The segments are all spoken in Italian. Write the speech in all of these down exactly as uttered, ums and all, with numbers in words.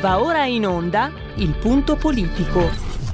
Va ora in onda Il Punto Politico.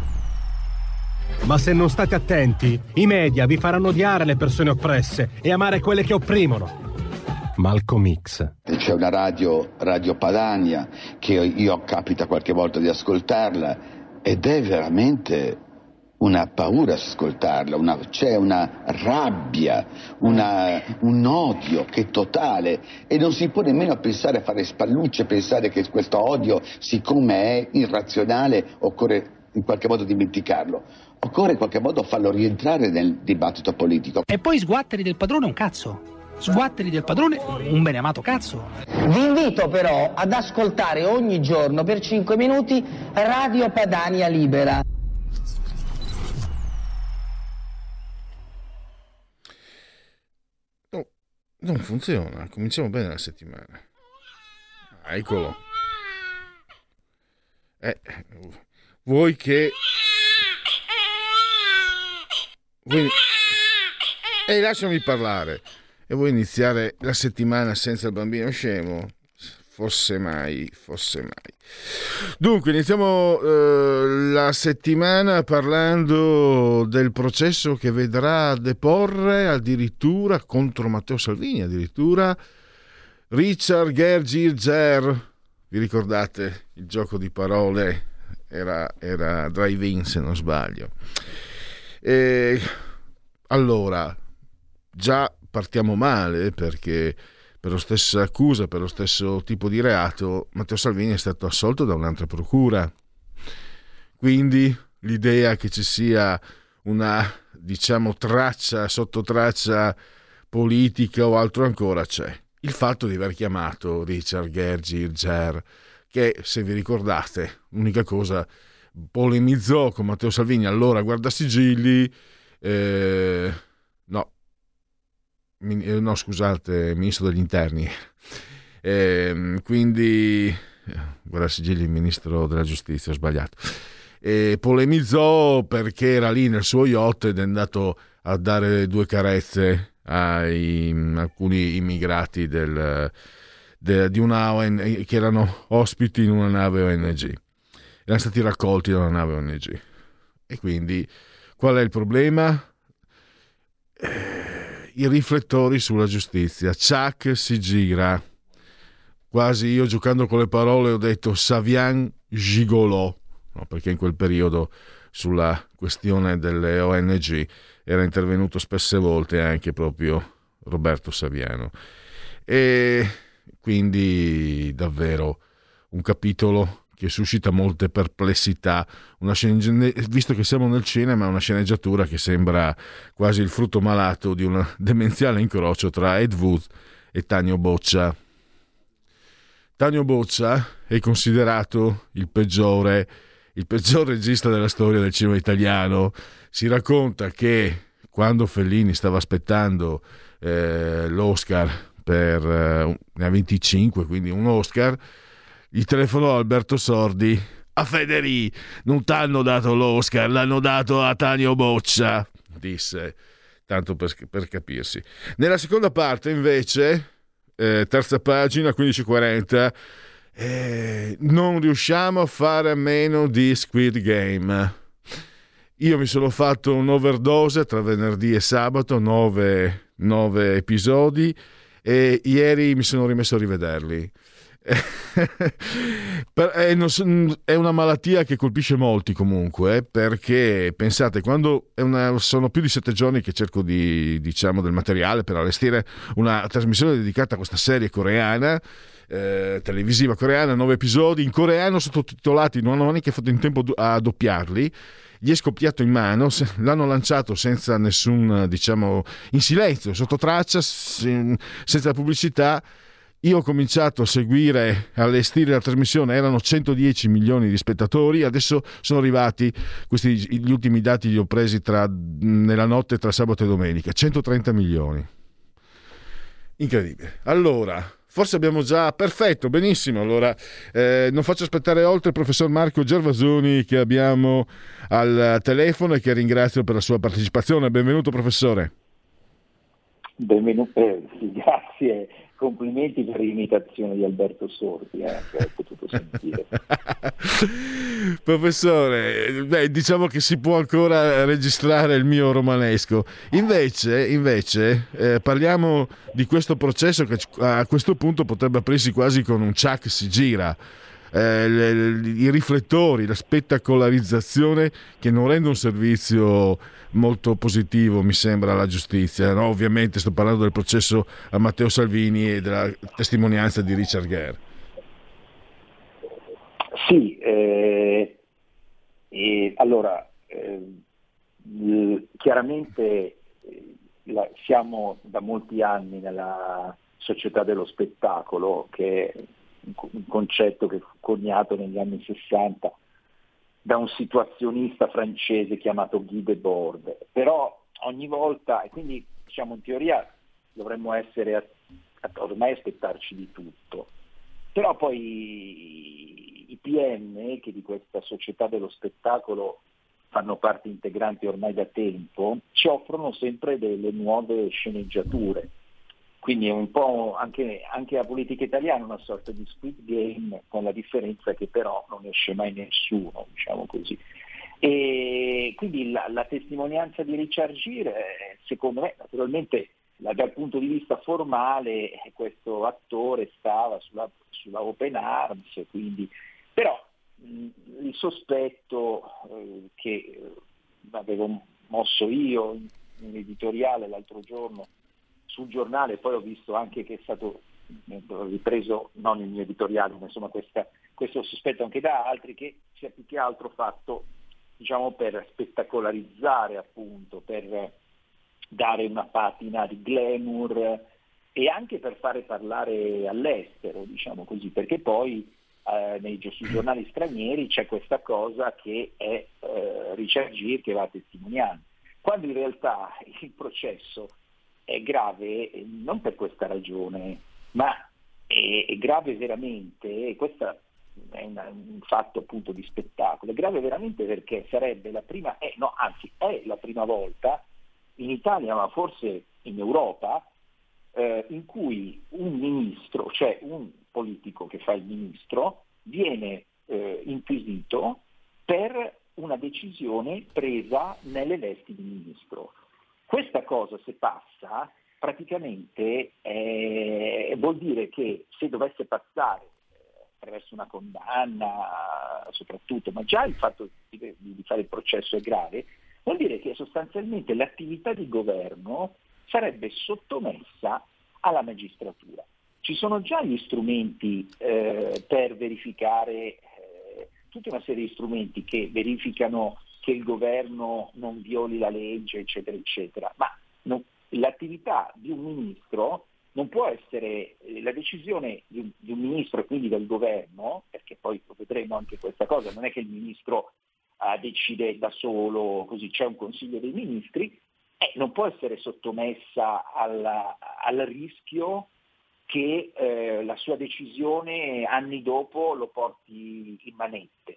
Ma se non state attenti, i media vi faranno odiare le persone oppresse e amare quelle che opprimono. Malcolm X. C'è una radio, Radio Padania, che io capita qualche volta di ascoltarla ed è veramente una paura ascoltarla, una, c'è una rabbia, una, un odio che è totale e non si può nemmeno pensare a fare spallucce, pensare che questo odio, siccome è irrazionale, occorre in qualche modo dimenticarlo, occorre in qualche modo farlo rientrare nel dibattito politico. E poi sguatteri del padrone un cazzo, sguatteri del padrone un beneamato cazzo. Vi invito però ad ascoltare ogni giorno per cinque minuti Radio Padania Libera. Non funziona, cominciamo bene la settimana. Ah, eccolo. Eh, vuoi che... Vuoi... Ehi, lasciami parlare. E vuoi iniziare la settimana senza il bambino scemo? Fosse mai, fosse mai. Dunque, iniziamo eh, la settimana parlando del processo che vedrà deporre addirittura contro Matteo Salvini, addirittura Richard Gergier. Vi ricordate il gioco di parole? Era, era drive-in, se non sbaglio. E allora, già partiamo male perché per la stessa accusa, per lo stesso tipo di reato, Matteo Salvini è stato assolto da un'altra procura. Quindi l'idea che ci sia una, diciamo, traccia, sottotraccia politica o altro ancora c'è. Il fatto di aver chiamato Richard Gergier, che, se vi ricordate, l'unica cosa, polemizzò con Matteo Salvini, allora guardasigilli, eh, no, no scusate, ministro degli interni, eh, quindi guardasigilli, ministro della giustizia, ho sbagliato, e polemizzò perché era lì nel suo yacht ed è andato a dare due carezze a alcuni immigrati del, de, di una O N G che erano ospiti in una nave O N G, erano stati raccolti da una nave O N G. E quindi qual è il problema? I riflettori sulla giustizia. Chuck si gira, quasi io giocando con le parole ho detto Savian gigolò, no, perché in quel periodo sulla questione delle O N G era intervenuto spesse volte anche proprio Roberto Saviano, e quindi davvero un capitolo che suscita molte perplessità, una scene... visto che siamo nel cinema, una sceneggiatura che sembra quasi il frutto malato di un demenziale incrocio tra Ed Wood e Tanio Boccia. Tanio Boccia è considerato il peggiore, il peggior regista della storia del cinema italiano. Si racconta che quando Fellini stava aspettando eh, l'Oscar per eh, ne ha venticinque, quindi un Oscar, gli telefonò Alberto Sordi: a Federi non t'hanno dato l'Oscar, l'hanno dato a Tanio Boccia, disse, tanto per, per capirsi. Nella seconda parte invece, eh, terza pagina, quindici e quaranta, eh, non riusciamo a fare a meno di Squid Game. Io mi sono fatto un'overdose tra venerdì e sabato, nove, nove episodi, e ieri mi sono rimesso a rivederli. È una malattia che colpisce molti comunque, perché pensate, quando è una, sono più di sette giorni che cerco di, diciamo, del materiale per allestire una trasmissione dedicata a questa serie coreana, eh, televisiva coreana, nove episodi in coreano sottotitolati, non hanno neanche fatto in tempo a doppiarli. Gli è scoppiato in mano, l'hanno lanciato senza nessun, diciamo, in silenzio, sotto traccia, senza pubblicità. Io ho cominciato a seguire, a allestire la trasmissione, erano centodieci milioni di spettatori, adesso sono arrivati, questi gli ultimi dati li ho presi tra, nella notte tra sabato e domenica, centotrenta milioni. Incredibile. Allora, forse abbiamo già, perfetto, benissimo, allora eh, non faccio aspettare oltre il professor Marco Gervasoni che abbiamo al telefono e che ringrazio per la sua partecipazione. Benvenuto professore. Benvenuto, eh, sì, grazie. complimenti per l'imitazione di Alberto Sordi, eh, che hai potuto sentire. Professore, beh, diciamo che si può ancora registrare il mio romanesco. Invece, invece eh, parliamo di questo processo che a questo punto potrebbe aprirsi quasi con un ciak si gira. Eh, le, le, i riflettori, la spettacolarizzazione che non rende un servizio molto positivo, mi sembra, alla giustizia, no? Ovviamente sto parlando del processo a Matteo Salvini e della testimonianza di Richard Gere. Sì, eh, eh, allora eh, chiaramente eh, la, siamo da molti anni nella società dello spettacolo, che è un concetto che fu coniato negli anni sessanta da un situazionista francese chiamato Guy Debord, però ogni volta, e quindi diciamo in teoria dovremmo essere a, a, ormai aspettarci di tutto, però poi i, i P M, che di questa società dello spettacolo fanno parte integrante ormai da tempo, ci offrono sempre delle nuove sceneggiature. Quindi è un po' anche, anche la politica italiana una sorta di Squid Game, con la differenza che però non esce mai nessuno, diciamo così. E quindi la, la testimonianza di Richard Gere, secondo me, naturalmente dal punto di vista formale, questo attore stava sulla, sulla Open Arms, quindi, però mh, il sospetto eh, che eh, avevo mosso io in, in editoriale l'altro giorno sul giornale, poi ho visto anche che è stato ripreso, non il mio editoriale, ma insomma questa, questo sospetto anche da altri, che sia più che altro fatto, diciamo, per spettacolarizzare, appunto, per dare una patina di glamour e anche per fare parlare all'estero, diciamo così, perché poi eh, nei, sui giornali stranieri c'è questa cosa che è eh, Richard Gere che va a testimoniare, quando in realtà il processo è grave non per questa ragione, ma è, è grave veramente, e questo è una, un fatto appunto di spettacolo, è grave veramente perché sarebbe la prima, eh, no, anzi è la prima volta in Italia, ma forse in Europa, eh, in cui un ministro, cioè un politico che fa il ministro, viene eh, inquisito per una decisione presa nelle vesti di ministro. Questa cosa, se passa, praticamente eh, vuol dire che se dovesse passare eh, attraverso una condanna soprattutto, ma già il fatto di, di fare il processo è grave, vuol dire che sostanzialmente l'attività di governo sarebbe sottomessa alla magistratura. Ci sono già gli strumenti eh, per verificare, eh, tutta una serie di strumenti che verificano che il governo non violi la legge, eccetera, eccetera, ma non, l'attività di un ministro non può essere, la decisione di un, di un ministro e quindi del governo, perché poi vedremo anche questa cosa, non è che il ministro uh, decide da solo, così c'è un consiglio dei ministri, eh, non può essere sottomessa alla, al rischio che eh, la sua decisione anni dopo lo porti in manette.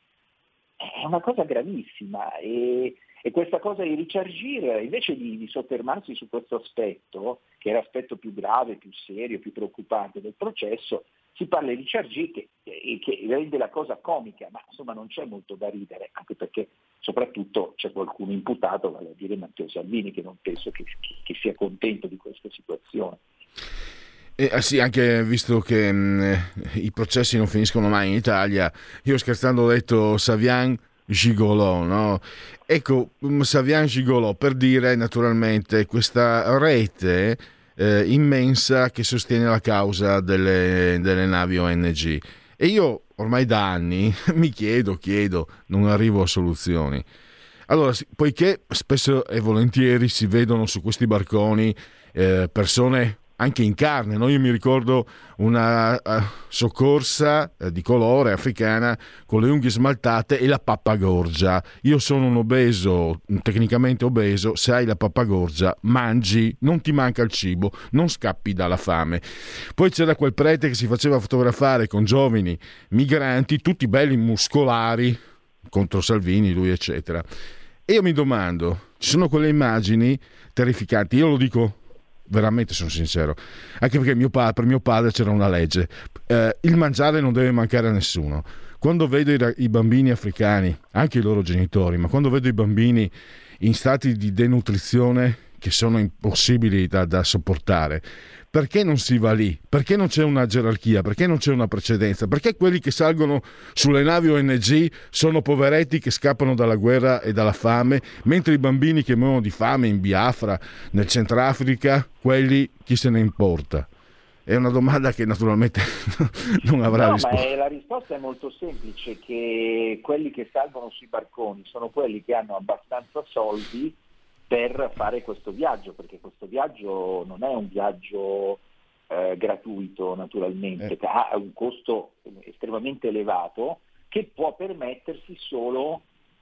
È una cosa gravissima e, e questa cosa di Richard Gere, invece di, di soffermarsi su questo aspetto, che è l'aspetto più grave, più serio, più preoccupante del processo, si parla di Richard Gere che, che, che rende la cosa comica, ma insomma non c'è molto da ridere, anche perché soprattutto c'è qualcuno imputato, vale a dire Matteo Salvini, che non penso che, che, che sia contento di questa situazione. Eh, sì, anche visto che mh, i processi non finiscono mai in Italia, io scherzando ho detto Savian Gigolò, no? Ecco, Savian Gigolò per dire naturalmente questa rete eh, immensa che sostiene la causa delle, delle navi O N G. E io ormai da anni mi chiedo, chiedo, non arrivo a soluzioni. Allora, poiché spesso e volentieri si vedono su questi barconi eh, persone anche in carne, no? Io mi ricordo una uh, soccorsa uh, di colore africana con le unghie smaltate e la pappagorgia. Io sono un obeso, tecnicamente obeso, se hai la pappagorgia mangi, non ti manca il cibo, non scappi dalla fame. Poi c'era quel prete che si faceva fotografare con giovani migranti, tutti belli muscolari, contro Salvini, lui eccetera. E io mi domando, ci sono quelle immagini terrificanti, io lo dico veramente sono sincero, anche perché mio pa- per mio padre c'era una legge, eh, il mangiare non deve mancare a nessuno. Quando vedo i, i bambini africani, anche i loro genitori, ma quando vedo i bambini in stati di denutrizione che sono impossibili da, da sopportare, perché non si va lì? Perché non c'è una gerarchia? Perché non c'è una precedenza? Perché quelli che salgono sulle navi O N G sono poveretti che scappano dalla guerra e dalla fame, mentre i bambini che muoiono di fame in Biafra, nel Centrafrica, quelli chi se ne importa? È una domanda che naturalmente non avrà no, risposta. Ma è, la risposta è molto semplice, che quelli che salgono sui barconi sono quelli che hanno abbastanza soldi per fare questo viaggio, perché questo viaggio non è un viaggio eh, gratuito naturalmente, eh. ha un costo estremamente elevato che può permettersi solo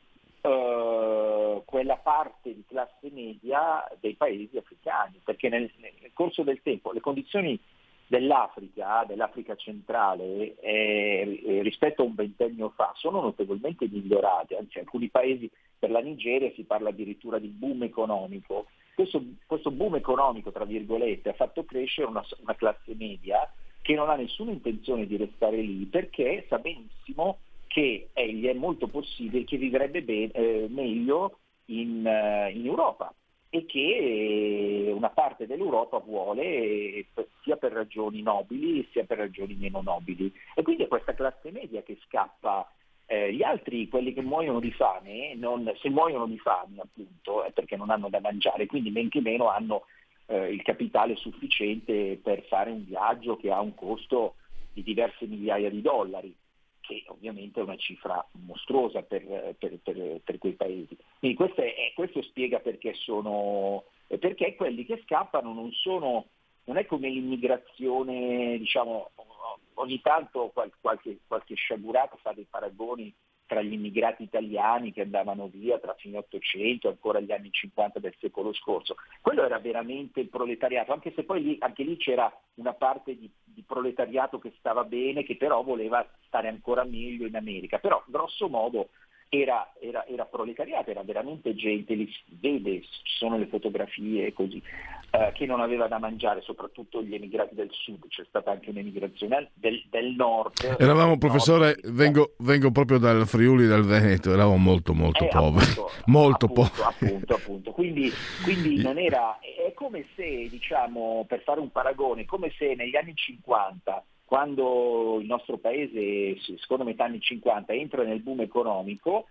eh, quella parte di classe media dei paesi africani, perché nel, nel corso del tempo le condizioni dell'Africa, dell'Africa centrale, eh, rispetto a un ventennio fa sono notevolmente migliorate, anzi alcuni paesi, per la Nigeria si parla addirittura di boom economico. Questo, questo boom economico, tra virgolette, ha fatto crescere una, una classe media che non ha nessuna intenzione di restare lì, perché sa benissimo che egli è molto possibile che vivrebbe bene, eh, meglio in, uh, in Europa, e che una parte dell'Europa vuole, sia per ragioni nobili sia per ragioni meno nobili. E quindi è questa classe media che scappa. Eh, gli altri, quelli che muoiono di fame, non, se muoiono di fame appunto è perché non hanno da mangiare, quindi men che meno hanno eh, il capitale sufficiente per fare un viaggio che ha un costo di diverse migliaia di dollari, che ovviamente è una cifra mostruosa per, per, per, per quei paesi. Quindi questo, è, questo spiega perché sono perché quelli che scappano non sono, non è come l'immigrazione, diciamo, ogni tanto qualche, qualche sciagurato fa dei paragoni tra gli immigrati italiani che andavano via tra fine Ottocento e ancora gli anni cinquanta del secolo scorso. Quello era veramente il proletariato, anche se poi lì, anche lì c'era una parte di, di proletariato che stava bene, che però voleva stare ancora meglio in America, però grosso modo era, era, era proletariato, era veramente gente, li si vede, ci sono le fotografie così, eh, che non aveva da mangiare, soprattutto gli emigrati del sud, c'è stata anche un'emigrazione del, del nord. Eravamo, del professore, nord, vengo, vengo proprio dal Friuli, dal Veneto, eravamo molto molto eh, poveri, appunto, molto appunto, poveri. Appunto, appunto. Quindi, quindi non era, è come se, diciamo, per fare un paragone, come se negli anni cinquanta, quando il nostro paese, secondo metà anni cinquanta, entra nel boom economico,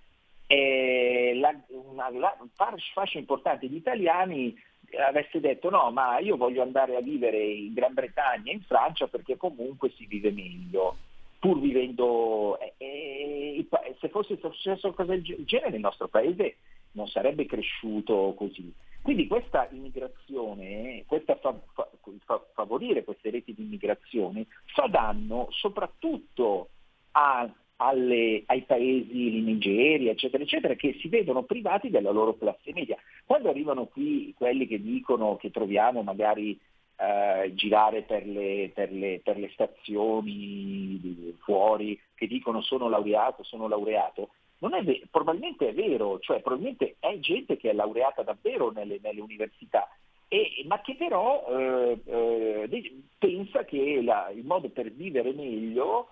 eh, la, una, la fascia importante di italiani avesse detto no, ma io voglio andare a vivere in Gran Bretagna e in Francia perché comunque si vive meglio, pur vivendo, eh, eh, se fosse successo qualcosa del genere il nostro paese non sarebbe cresciuto così. Quindi questa immigrazione, questa fa, fa, fa, favorire queste reti di immigrazione fa danno soprattutto a, alle, ai paesi, in Nigeria, eccetera, eccetera, che si vedono privati della loro classe media. Quando arrivano qui quelli che dicono che troviamo magari eh, girare per le, per, le, per le stazioni fuori, che dicono sono laureato, sono laureato, non è ver- probabilmente è vero, cioè probabilmente è gente che è laureata davvero nelle, nelle università, e, ma che però eh, eh, pensa che la, il modo per vivere meglio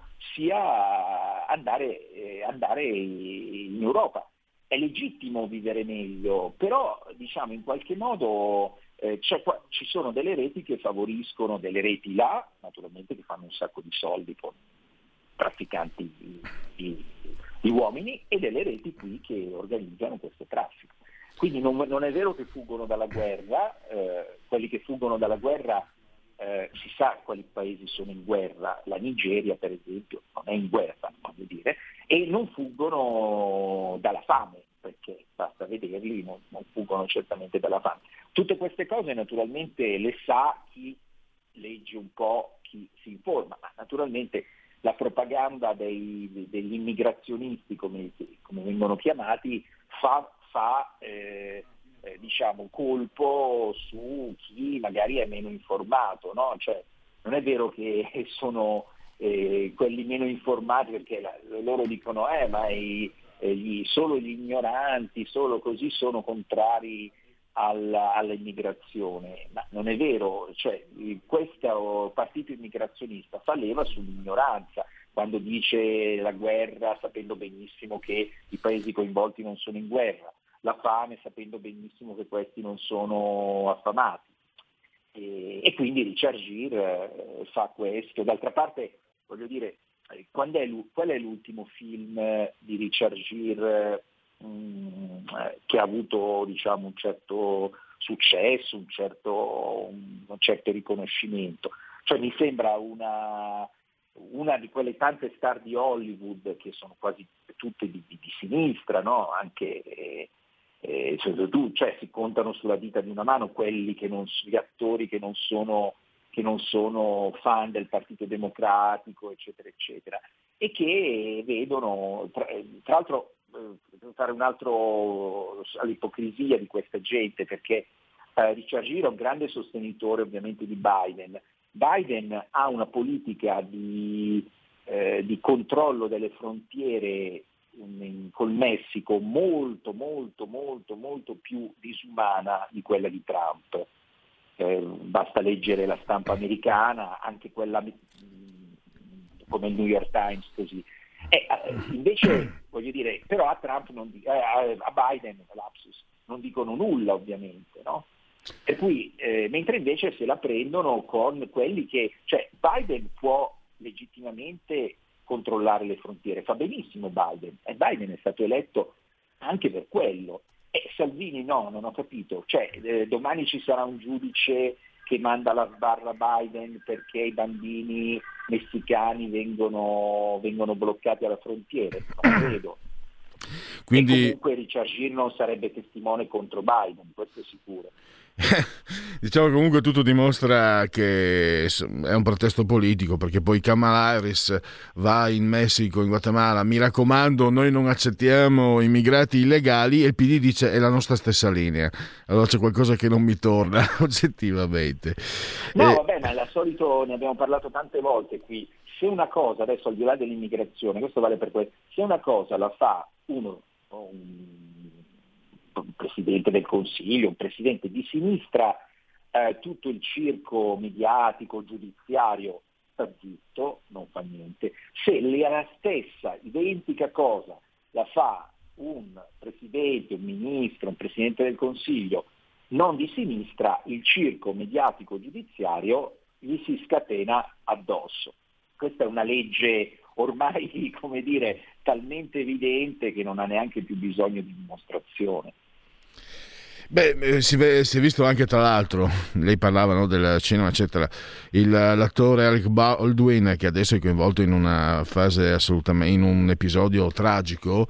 sia andare, eh, andare in Europa. È legittimo vivere meglio, però diciamo in qualche modo eh, c'è qua, ci sono delle reti che favoriscono, delle reti là, naturalmente, che fanno un sacco di soldi con trafficanti di, di, di uomini, e delle reti qui che organizzano questo traffico. Quindi non, non è vero che fuggono dalla guerra, eh, quelli che fuggono dalla guerra eh, si sa quali paesi sono in guerra, la Nigeria per esempio non è in guerra, voglio dire, e non fuggono dalla fame, perché basta vederli, non, non fuggono certamente dalla fame. Tutte queste cose naturalmente le sa chi legge un po', chi si informa, ma naturalmente la propaganda dei, degli immigrazionisti, come, come vengono chiamati, fa, fa eh, eh, diciamo colpo su chi magari è meno informato, no? Cioè, non è vero che sono eh, quelli meno informati, perché la, loro dicono eh ma i, eh, gli, solo gli ignoranti, solo così sono contrari alla, all'immigrazione, ma non è vero, cioè questo partito immigrazionista fa leva sull'ignoranza quando dice la guerra sapendo benissimo che i paesi coinvolti non sono in guerra, la fame sapendo benissimo che questi non sono affamati, e, e quindi Richard Gere eh, fa questo. D'altra parte, voglio dire, quando è, qual è l'ultimo film di Richard Gere mh, che ha avuto, diciamo, un certo successo, un certo, un, un certo riconoscimento? Cioè mi sembra una, una di quelle tante star di Hollywood che sono quasi tutte di, di, di sinistra, no? Anche eh, eh, cioè, tu, cioè, si contano sulla dita di una mano quelli che non, gli attori che non sono che non sono fan del Partito Democratico, eccetera, eccetera, e che vedono, tra, tra l'altro, eh, fare un altro all'ipocrisia di questa gente, perché eh, Richard Gere è un grande sostenitore ovviamente di Biden. Biden ha una politica di, eh, di controllo delle frontiere in, col Messico molto, molto, molto, molto più disumana di quella di Trump. Eh, basta leggere la stampa americana, anche quella mh, come il New York Times, così. E, eh, invece, voglio dire, però a Trump non di- eh, a Biden, lapsus, non dicono nulla, ovviamente, no? Per cui, eh, mentre invece se la prendono con quelli che, cioè Biden può legittimamente controllare le frontiere, fa benissimo Biden, e Biden è stato eletto anche per quello. E Salvini no, non ho capito, cioè eh, domani ci sarà un giudice che manda la sbarra Biden perché i bambini messicani vengono, vengono bloccati alla frontiera, non credo. Quindi... E comunque Richard Gere non sarebbe testimone contro Biden, questo è sicuro. Diciamo che comunque tutto dimostra che è un pretesto politico, perché poi Kamala Harris va in Messico, in Guatemala, mi raccomando, noi non accettiamo immigrati illegali, e il P D dice è la nostra stessa linea. Allora c'è qualcosa che non mi torna oggettivamente. No, e... vabbè, ma è la solito, ne abbiamo parlato tante volte qui. Se una cosa, adesso al di là dell'immigrazione, questo vale per questo, se una cosa la fa uno, un un presidente del Consiglio, un presidente di sinistra, eh, tutto il circo mediatico, giudiziario sta zitto, non fa niente. Se la stessa identica cosa la fa un presidente, un ministro, un presidente del Consiglio non di sinistra, il circo mediatico giudiziario gli si scatena addosso. Questa è una legge ormai, come dire, talmente evidente che non ha neanche più bisogno di dimostrazione. Beh, si, ve, si è visto anche, tra l'altro, lei parlava, no, del cinema eccetera, il, l'attore Alec Baldwin, che adesso è coinvolto in una fase assolutamente, in un episodio tragico.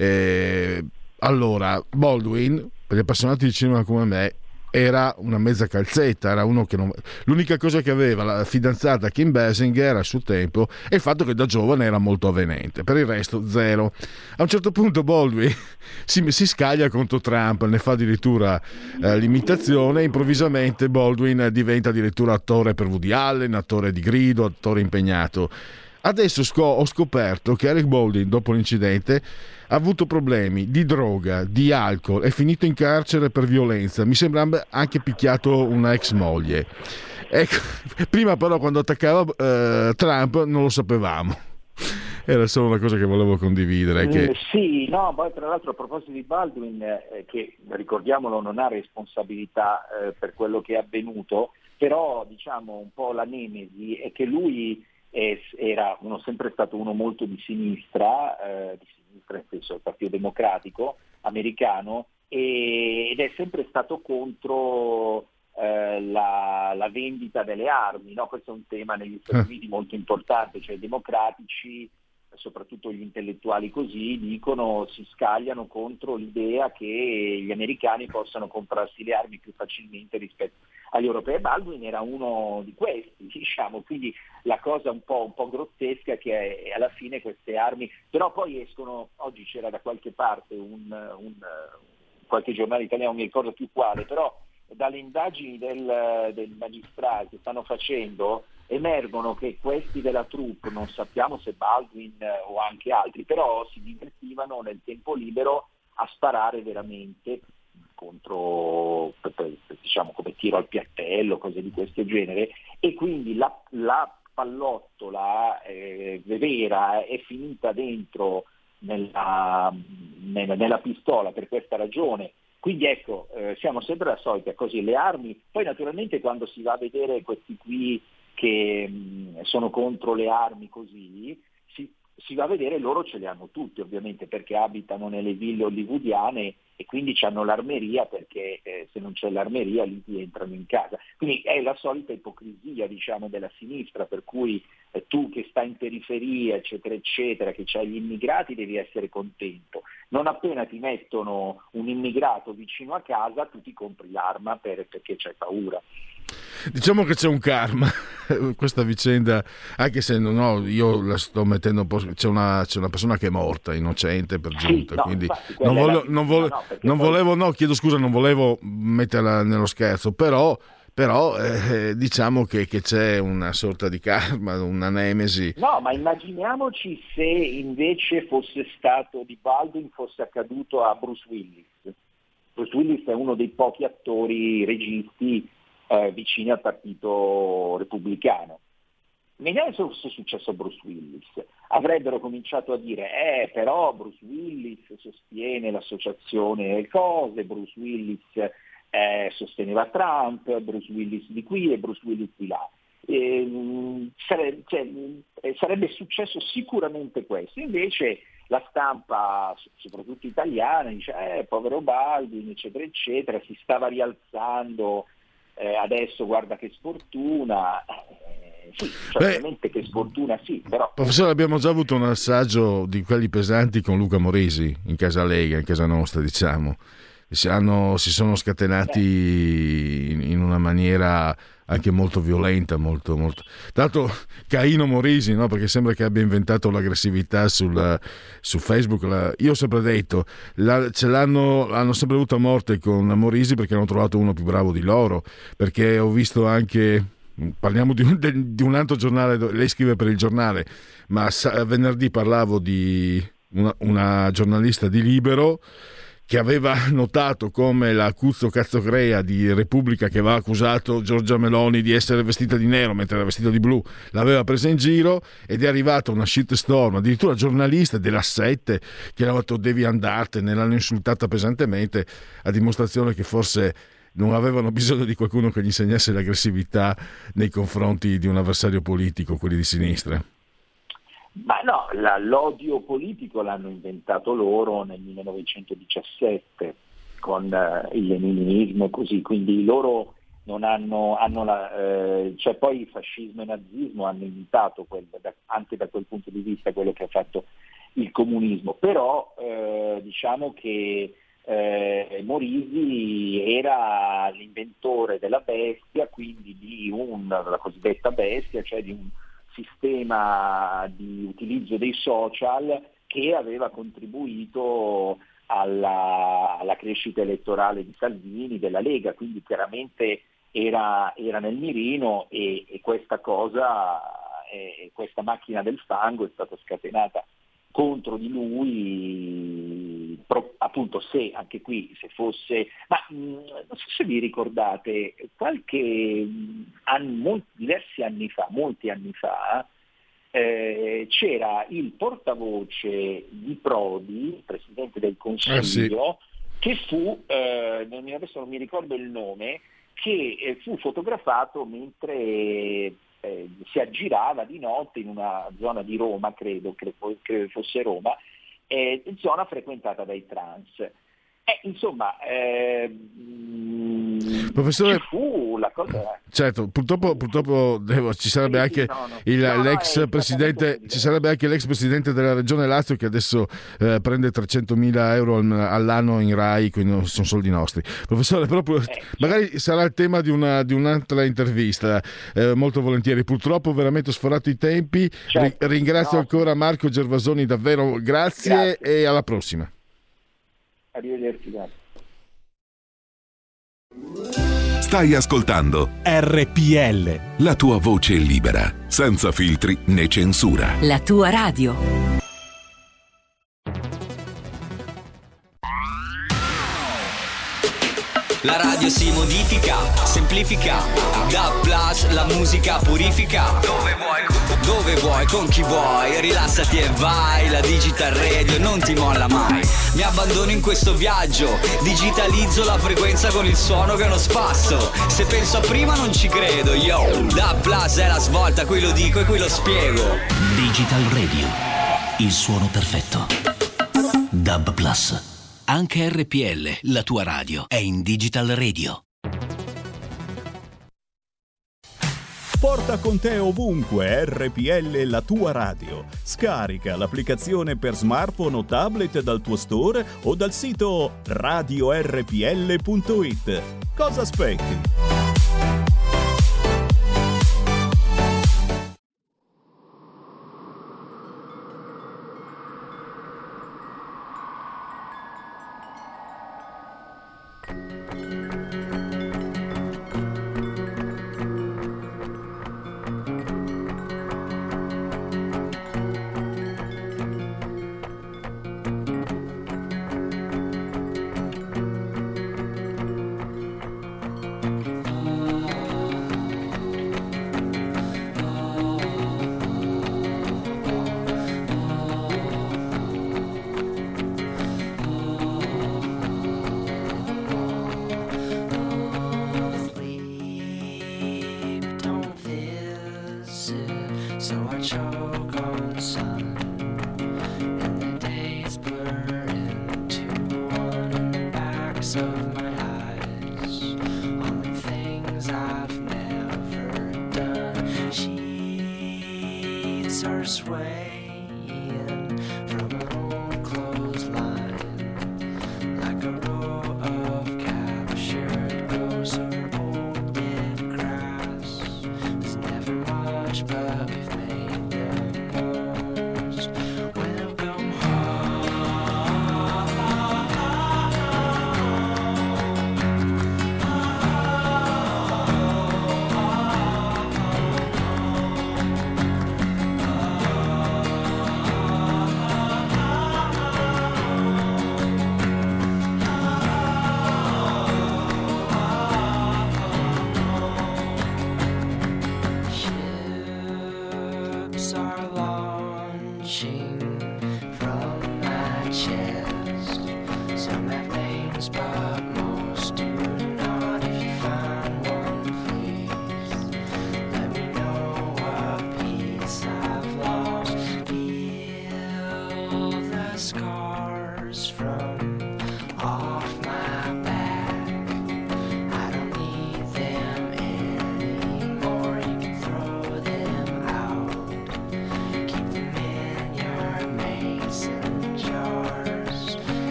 Eh, allora, Baldwin, per gli appassionati di cinema come me, era una mezza calzetta, era uno che non... l'unica cosa che aveva la fidanzata Kim Basinger a suo tempo è il fatto che da giovane era molto avvenente, per il resto zero. A un certo punto Baldwin si, si scaglia contro Trump, ne fa addirittura eh, l'imitazione, e improvvisamente Baldwin diventa addirittura attore per Woody Allen, attore di grido, attore impegnato. Adesso sc- ho scoperto che Alec Baldwin, dopo l'incidente, ha avuto problemi di droga, di alcol, è finito in carcere per violenza, mi sembra anche picchiato una ex moglie. Ecco, prima però, quando attaccava eh, Trump, non lo sapevamo. Era solo una cosa che volevo condividere. Che... Mm, sì, no, poi tra l'altro a proposito di Baldwin, eh, che ricordiamolo non ha responsabilità eh, per quello che è avvenuto, però diciamo un po' la nemesi è che lui è, era uno, sempre stato uno molto di sinistra, eh, di sinistra nel senso del Partito Democratico americano, e, ed è sempre stato contro eh, la, la vendita delle armi, no? Questo è un tema negli Stati Uniti molto importante, cioè i democratici, soprattutto gli intellettuali così, dicono, si scagliano contro l'idea che gli americani possano comprarsi le armi più facilmente rispetto agli europei. Baldwin era uno di questi, diciamo, quindi la cosa un po', un po' grottesca che è, alla fine queste armi, però poi escono, oggi c'era da qualche parte un, un qualche giornale italiano, non mi ricordo più quale, però dalle indagini del, del magistrato che stanno facendo emergono che questi della troupe, non sappiamo se Baldwin o anche altri, però si divertivano nel tempo libero a sparare veramente contro, per, per, diciamo come tiro al piattello, cose di questo genere, e quindi la, la pallottola eh, vera è finita dentro nella, nella, nella pistola per questa ragione. Quindi ecco, eh, siamo sempre la solita, così le armi, poi naturalmente quando si va a vedere questi qui che mh, sono contro le armi così, si, si va a vedere loro ce le hanno tutti ovviamente, perché abitano nelle ville hollywoodiane e quindi hanno l'armeria, perché eh, se non c'è l'armeria lì ti entrano in casa. Quindi è la solita ipocrisia, diciamo, della sinistra, per cui eh, tu che stai in periferia, eccetera, eccetera, che c'hai gli immigrati, devi essere contento. Non appena ti mettono un immigrato vicino a casa, tu ti compri l'arma per, perché c'hai paura. Diciamo che c'è un karma questa vicenda, anche se non ho, io la sto mettendo un po', c'è una, c'è una persona che è morta, innocente per giunta, sì, no, quindi infatti, non, volevo, la... non, volevo, no, no, non poi... volevo no chiedo scusa, non volevo metterla nello scherzo, però però eh, diciamo che, che c'è una sorta di karma, una nemesi. No, ma immaginiamoci se invece fosse stato di Baldwin, fosse accaduto a Bruce Willis. Bruce Willis è uno dei pochi attori, registi eh, vicini al partito repubblicano. Vediamo se fosse successo a Bruce Willis. Avrebbero cominciato a dire, eh però Bruce Willis sostiene l'associazione cose, Bruce Willis eh, sosteneva Trump, Bruce Willis di qui e Bruce Willis di là. E, sarebbe, cioè, sarebbe successo sicuramente questo. Invece la stampa, soprattutto italiana, dice eh, povero Baldwin, eccetera, eccetera, si stava rialzando, eh, adesso guarda che sfortuna. Eh, sì, cioè, Beh, ovviamente che sfortuna sì, però... Professore, abbiamo già avuto un assaggio di quelli pesanti con Luca Morisi, in casa Lega, in casa nostra, diciamo. Si, hanno, si sono scatenati in, in una maniera anche molto violenta, molto, molto. Tanto Caino Morisi, no? Perché sembra che abbia inventato l'aggressività sul, su Facebook. La, io ho sempre detto, la, ce l'hanno hanno sempre avuto a morte con Morisi perché hanno trovato uno più bravo di loro. Perché ho visto anche, parliamo di un, di un altro giornale, lei scrive per il giornale, ma sa, venerdì parlavo di una, una giornalista di Libero che aveva notato come la Cuzzo Cazzocrea di Repubblica, che aveva accusato Giorgia Meloni di essere vestita di nero mentre era vestita di blu, l'aveva presa in giro, ed è arrivata una shitstorm, addirittura giornalista della Sette che aveva detto devi andartene, l'hanno insultata pesantemente, a dimostrazione che forse non avevano bisogno di qualcuno che gli insegnasse l'aggressività nei confronti di un avversario politico, quelli di sinistra. Ma no, la, l'odio politico l'hanno inventato loro nel millenovecentodiciassette con eh, il leninismo e così, quindi loro non hanno, hanno la, eh, cioè poi fascismo e nazismo hanno imitato quel, da, anche da quel punto di vista quello che ha fatto il comunismo, però eh, diciamo che eh, Morisi era l'inventore della bestia, quindi di un, la cosiddetta bestia, cioè di un sistema di utilizzo dei social che aveva contribuito alla, alla crescita elettorale di Salvini, della Lega, quindi chiaramente era, era nel mirino e, e questa cosa, e questa macchina del fango è stata scatenata contro di lui, pro, appunto se anche qui se fosse, ma mh, non so se vi ricordate, qualche anno, molti, diversi anni fa, molti anni fa, eh, c'era il portavoce di Prodi, presidente del Consiglio, ah, sì. che fu, eh, non, adesso non mi ricordo il nome, che eh, fu fotografato mentre Eh, si aggirava di notte in una zona di Roma, credo, credo, credo fosse Roma, eh, zona frequentata dai trans. Eh, insomma, eh, professore, ci fu la cosa. Certo, purtroppo, purtroppo devo, ci sarebbe sì, anche no, no. Il, no, l'ex no, presidente, ci sarebbe anche l'ex presidente della regione Lazio che adesso eh, prende trecentomila euro all'anno in Rai, quindi sono soldi nostri. Professore, proprio, eh, magari certo. sarà il tema di, una, di un'altra intervista, eh, molto volentieri. Purtroppo veramente ho sforato i tempi. Certo. R- ringrazio no. ancora Marco Gervasoni, davvero grazie, grazie e alla prossima. Arrivederci, grazie. Stai ascoltando R P L, la tua voce libera, senza filtri né censura. La tua radio. La radio si modifica, semplifica. DAB Plus, la musica purifica. Dove vuoi, dove vuoi, con chi vuoi. Rilassati e vai. La Digital Radio non ti molla mai. Mi abbandono in questo viaggio. Digitalizzo la frequenza con il suono che è uno spasso. Se penso a prima non ci credo. Yo, DAB Plus è la svolta. Qui lo dico e qui lo spiego. Digital Radio, il suono perfetto. DAB Plus. Anche R P L, la tua radio, è in Digital Radio. Porta con te ovunque R P L, la tua radio. Scarica l'applicazione per smartphone o tablet dal tuo store o dal sito radio r p l punto i t. Cosa aspetti?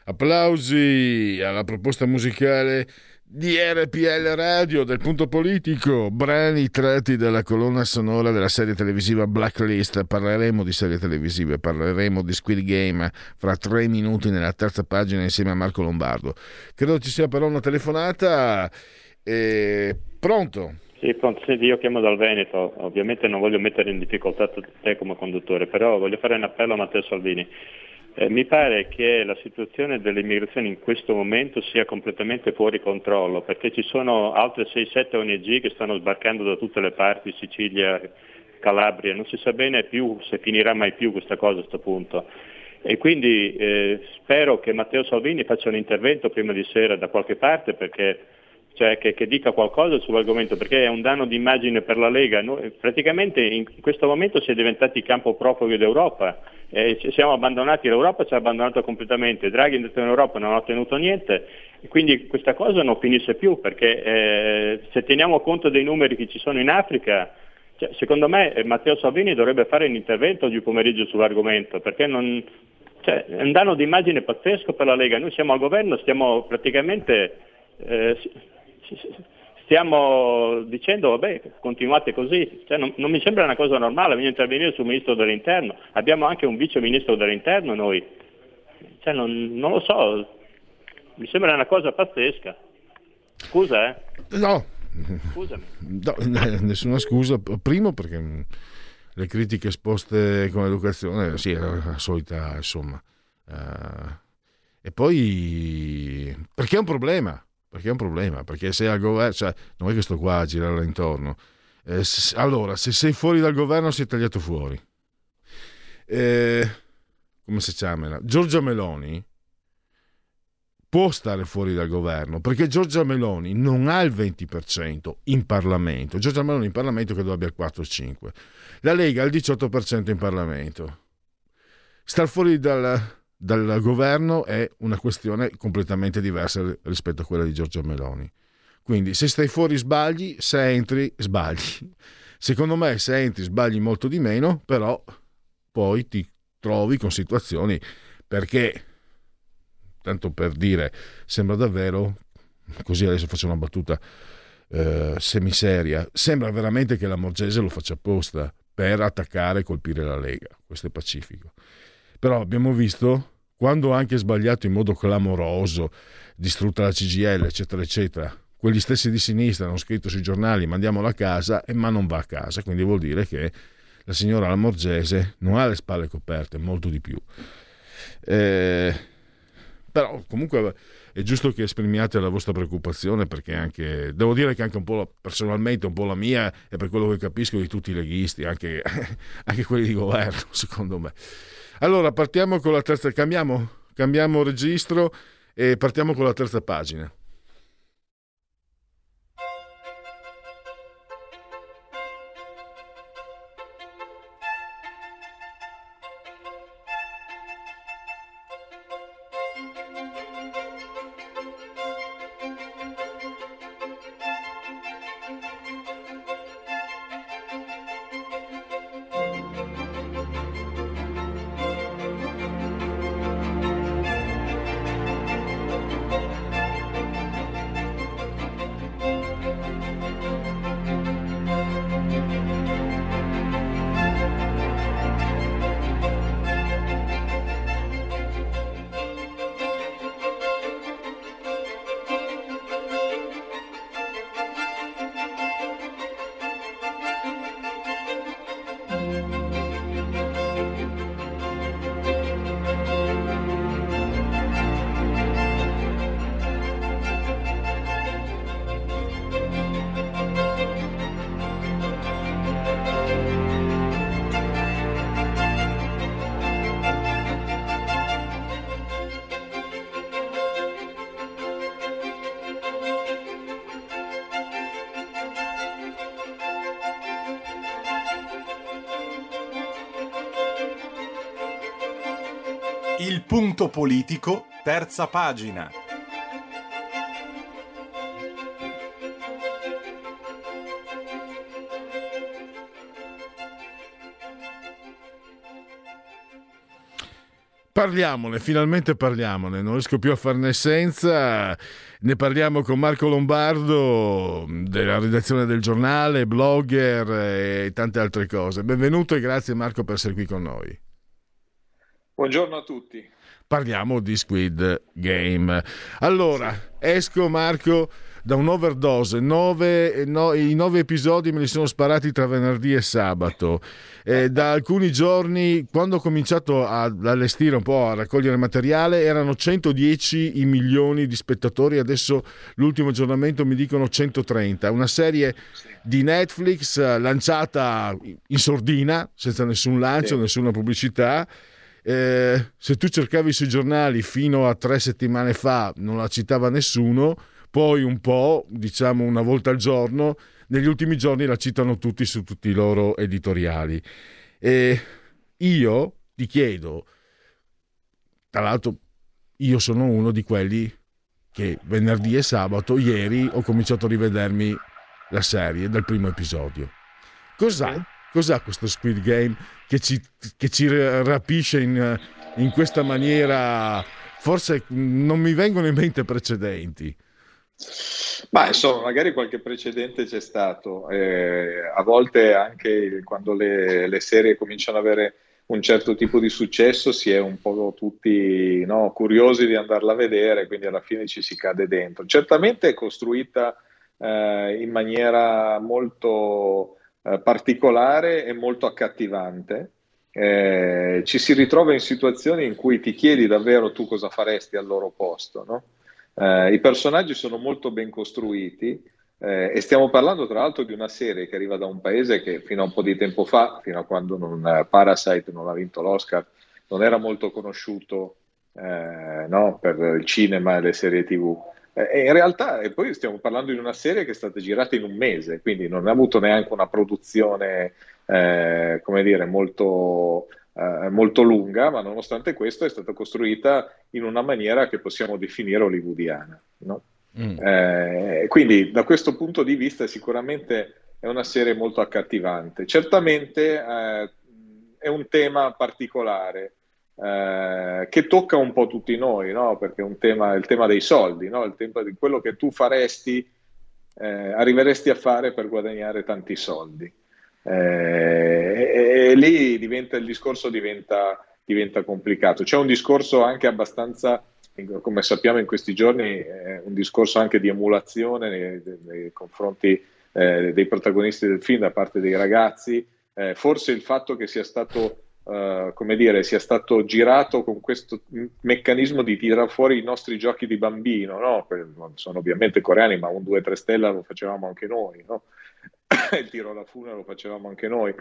Applausi alla proposta musicale di R P L Radio del Punto Politico, brani tratti dalla colonna sonora della serie televisiva Blacklist. Parleremo di serie televisive, parleremo di Squid Game fra tre minuti nella terza pagina insieme a Marco Lombardo. Credo ci sia però una telefonata. Eh, pronto? Sì, pronto. Senti, io chiamo dal Veneto, ovviamente non voglio mettere in difficoltà te come conduttore, però voglio fare un appello a Matteo Salvini. Eh, mi pare che la situazione dell'immigrazione in questo momento sia completamente fuori controllo, perché ci sono altre sei sette O N G che stanno sbarcando da tutte le parti, Sicilia, Calabria, non si sa bene più se finirà mai più questa cosa a questo punto. E quindi eh, spero che Matteo Salvini faccia un intervento prima di sera da qualche parte, perché cioè che, che dica qualcosa sull'argomento, perché è un danno di immagine per la Lega. Noi, praticamente in questo momento si è diventati campo profughi d'Europa, eh, siamo abbandonati, l'Europa ci ha abbandonato completamente, Draghi è andato in Europa, non ha ottenuto niente, e quindi questa cosa non finisce più, perché eh, se teniamo conto dei numeri che ci sono in Africa, cioè, secondo me eh, Matteo Salvini dovrebbe fare un intervento oggi pomeriggio sull'argomento, perché non, cioè, è un danno di immagine pazzesco per la Lega. Noi siamo al governo, stiamo praticamente eh, stiamo dicendo vabbè, continuate così, cioè, non, non mi sembra una cosa normale. Voglio intervenire sul ministro dell'interno, abbiamo anche un vice ministro dell'interno noi, cioè, non, non lo so, mi sembra una cosa pazzesca. Scusa eh no scusami no, nessuna scusa. Primo perché le critiche esposte con l'educazione sì, è la solita, insomma, uh, e poi perché è un problema Perché è un problema, perché sei al governo, cioè, non è che sto qua a girare intorno. Eh, se, allora, se sei fuori dal governo sei tagliato fuori. Eh, come si chiama? Giorgia Meloni può stare fuori dal governo, perché Giorgia Meloni non ha il venti per cento in Parlamento. Giorgia Meloni in Parlamento credo abbia il quattro cinque. La Lega ha il diciotto per cento in Parlamento. Star fuori dal... dal governo è una questione completamente diversa rispetto a quella di Giorgia Meloni. Quindi se stai fuori sbagli, se entri sbagli. Secondo me se entri sbagli molto di meno, però poi ti trovi con situazioni, perché, tanto per dire, sembra davvero, così adesso faccio una battuta eh, semiseria, sembra veramente che la Morgese lo faccia apposta per attaccare e colpire la Lega. Questo è pacifico. Però abbiamo visto, quando ha anche sbagliato in modo clamoroso, distrutta la C G I L, eccetera, eccetera, quegli stessi di sinistra hanno scritto sui giornali mandiamola a casa, e ma non va a casa, quindi vuol dire che la signora Lamorgese non ha le spalle coperte, molto di più. Eh, però comunque è giusto che esprimiate la vostra preoccupazione, perché anche, devo dire che anche un po' personalmente, un po' la mia, e per quello che capisco di tutti i leghisti, anche, anche quelli di governo, secondo me. Allora partiamo con la terza, cambiamo, cambiamo registro e partiamo con la terza pagina. Il punto politico, terza pagina. Parliamone, finalmente parliamone, non riesco più a farne senza. Ne parliamo con Marco Lombardo della redazione del giornale, blogger e tante altre cose. Benvenuto e grazie Marco per essere qui con noi. Buongiorno a tutti. Parliamo di Squid Game. Allora, esco Marco da un'overdose, nove, no, i nove episodi me li sono sparati tra venerdì e sabato. Eh, da alcuni giorni, quando ho cominciato a allestire un po', a raccogliere materiale, erano centodieci i milioni di spettatori, adesso l'ultimo aggiornamento mi dicono centotrenta. Una serie di Netflix lanciata in sordina, senza nessun lancio, sì. nessuna pubblicità. Eh, se tu cercavi sui giornali fino a tre settimane fa non la citava nessuno, poi un po', diciamo una volta al giorno, negli ultimi giorni la citano tutti su tutti i loro editoriali. E io ti chiedo, tra l'altro io sono uno di quelli che venerdì e sabato, ieri, ho cominciato a rivedermi la serie dal primo episodio. Cos'ha? Cos'ha questo Squid Game che ci, che ci rapisce in, in questa maniera? Forse non mi vengono in mente precedenti. Ma insomma, magari qualche precedente c'è stato. Eh, a volte anche quando le, le serie cominciano ad avere un certo tipo di successo si è un po' tutti no, curiosi di andarla a vedere, quindi alla fine ci si cade dentro. Certamente è costruita eh, in maniera molto eh, particolare e molto accattivante. Eh, ci si ritrova in situazioni in cui ti chiedi davvero tu cosa faresti al loro posto, no? Eh, I personaggi sono molto ben costruiti eh, e stiamo parlando tra l'altro di una serie che arriva da un paese che fino a un po' di tempo fa, fino a quando non, eh, Parasite non ha vinto l'Oscar, non era molto conosciuto eh, no, per il cinema e le serie tivù. Eh, e in realtà e poi stiamo parlando di una serie che è stata girata in un mese, quindi non ha avuto neanche una produzione eh, come dire molto... Uh, molto lunga, ma nonostante questo è stata costruita in una maniera che possiamo definire hollywoodiana, no? Mm. Eh, quindi da questo punto di vista sicuramente è una serie molto accattivante. Certamente eh, è un tema particolare eh, che tocca un po' tutti noi, no? Perché è un tema, il tema dei soldi, no? Il tema di quello che tu faresti, eh, arriveresti a fare per guadagnare tanti soldi. Eh, e, e lì diventa il discorso diventa, diventa complicato. C'è un discorso anche abbastanza, come sappiamo in questi giorni, eh, un discorso anche di emulazione nei, nei confronti eh, dei protagonisti del film da parte dei ragazzi. Eh, forse il fatto che sia stato eh, come dire sia stato girato con questo meccanismo di tirare fuori i nostri giochi di bambino, no? Sono ovviamente coreani, ma un due tre stella lo facevamo anche noi, no? Il tiro alla fune lo facevamo anche noi.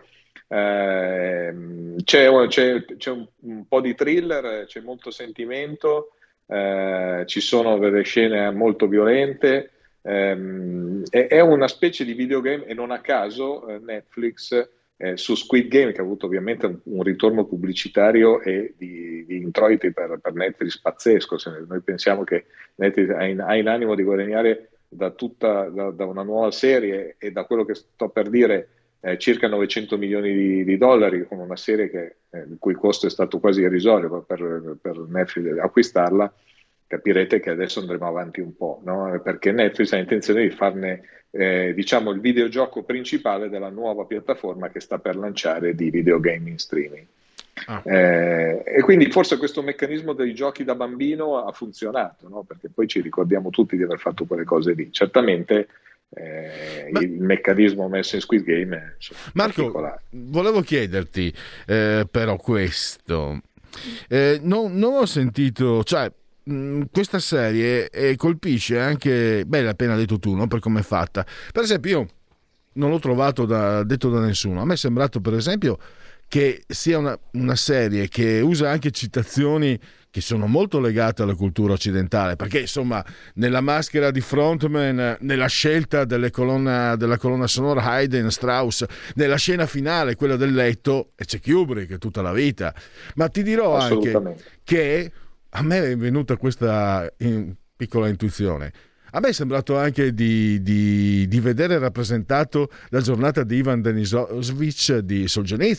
Eh, c'è, c'è, c'è un, un po' di thriller, c'è molto sentimento, eh, ci sono delle scene molto violente, ehm, è, è una specie di videogame e non a caso eh, Netflix eh, su Squid Game, che ha avuto ovviamente un, un ritorno pubblicitario e di, di introiti per, per Netflix pazzesco. Se noi pensiamo che Netflix ha in, ha in animo di guadagnare da tutta da, da una nuova serie e da quello che sto per dire eh, circa novecento milioni di, di dollari, con una serie che, eh, il cui costo è stato quasi irrisorio per, per Netflix acquistarla, capirete che adesso andremo avanti un po', no? Perché Netflix ha intenzione di farne eh, diciamo il videogioco principale della nuova piattaforma che sta per lanciare di videogame in streaming. Ah. Eh, e quindi forse questo meccanismo dei giochi da bambino ha funzionato, no? Perché poi ci ricordiamo tutti di aver fatto quelle cose lì. Certamente eh, Ma... il meccanismo messo in Squid Game è Marco, volevo chiederti eh, però questo eh, non, non ho sentito, cioè mh, questa serie eh, colpisce anche, beh, l'hai appena detto tu, no? Per come è fatta. Per esempio io non l'ho trovato da, detto da nessuno, a me è sembrato per esempio che sia una, una serie che usa anche citazioni che sono molto legate alla cultura occidentale, perché insomma nella maschera di frontman, nella scelta delle colonna, della colonna sonora Haydn, Strauss, nella scena finale, quella del letto, e c'è Kubrick tutta la vita. Ma ti dirò anche che a me è venuta questa in, piccola intuizione. A me è sembrato anche di, di, di vedere rappresentato la giornata di Ivan Denisovich di Solzhenitsyn,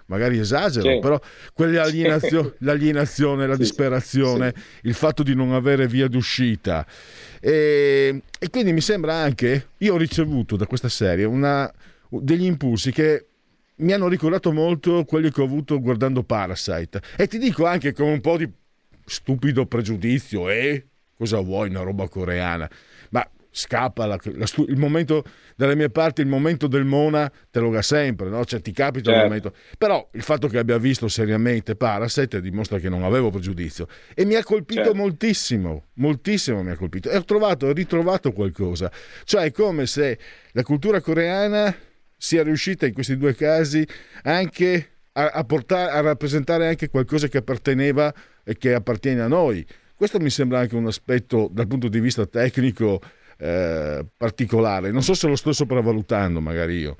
magari esagero, Sì. però quell'alienazio- Sì. l'alienazione, la Sì, disperazione, sì. il fatto di non avere via d'uscita. E, e quindi mi sembra anche, io ho ricevuto da questa serie una, degli impulsi che mi hanno ricordato molto quelli che ho avuto guardando Parasite, e ti dico anche con un po' di stupido pregiudizio, eh? Cosa vuoi, una roba coreana? Ma scappa la, la, il momento dalle mie parti, il momento del Mona te lo ga sempre, no? Cioè ti capita Certo. il momento, però il fatto che abbia visto seriamente Parasite dimostra che non avevo pregiudizio e mi ha colpito Certo. moltissimo, moltissimo mi ha colpito, e ho trovato, ho ritrovato qualcosa, cioè è come se la cultura coreana sia riuscita in questi due casi anche a, a portare, a rappresentare anche qualcosa che apparteneva e che appartiene a noi. Questo mi sembra anche un aspetto dal punto di vista tecnico eh, particolare. Non so se lo sto sopravvalutando, magari io.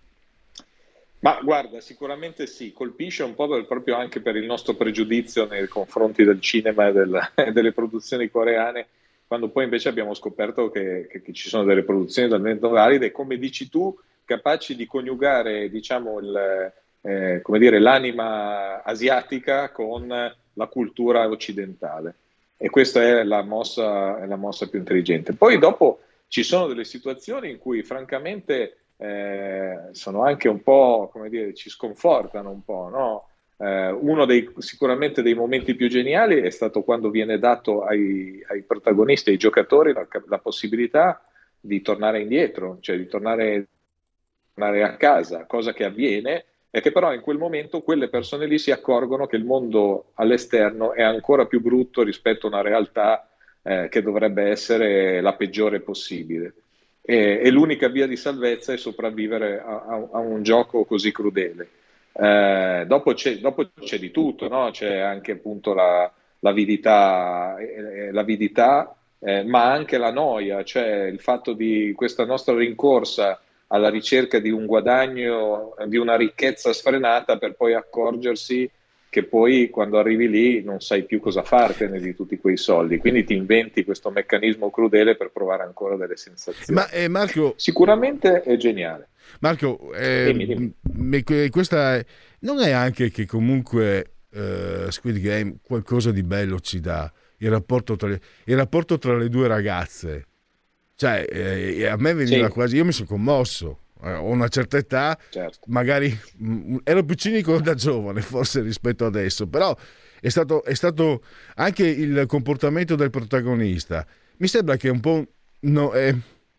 Ma guarda, sicuramente sì, colpisce un po' per, proprio anche per il nostro pregiudizio nei confronti del cinema e del, delle produzioni coreane, quando poi invece abbiamo scoperto che, che, che ci sono delle produzioni talmente valide, come dici tu, capaci di coniugare, diciamo, il, eh, come dire, l'anima asiatica con la cultura occidentale. E questa è la mossa, è la mossa più intelligente. Poi dopo ci sono delle situazioni in cui francamente eh, sono anche un po', come dire, ci sconfortano un po', no? Eh, uno dei sicuramente dei momenti più geniali è stato quando viene dato ai, ai protagonisti, ai giocatori, la, la possibilità di tornare indietro, cioè di tornare, tornare a casa, cosa che avviene. E che però in quel momento quelle persone lì si accorgono che il mondo all'esterno è ancora più brutto rispetto a una realtà eh, che dovrebbe essere la peggiore possibile. E, e l'unica via di salvezza è sopravvivere a, a, a un gioco così crudele. Eh, dopo, c'è, dopo c'è di tutto, no? C'è anche appunto la, l'avidità, eh, l'avidità eh, ma anche la noia, cioè il fatto di questa nostra rincorsa alla ricerca di un guadagno, di una ricchezza sfrenata, per poi accorgersi che poi quando arrivi lì non sai più cosa fartene di tutti quei soldi, quindi ti inventi questo meccanismo crudele per provare ancora delle sensazioni. Ma eh, Marco, sicuramente è geniale. Marco, eh, dimmi, dimmi. m- questa è, non è anche che comunque eh, Squid Game qualcosa di bello ci dà, il rapporto tra le, il rapporto tra le due ragazze. Cioè, eh, a me veniva sì. quasi, io mi sono commosso, eh, ho una certa età, certo. magari mh, ero più cinico da giovane forse rispetto adesso, però è stato, è stato anche il comportamento del protagonista. Mi sembra che un po' no, eh,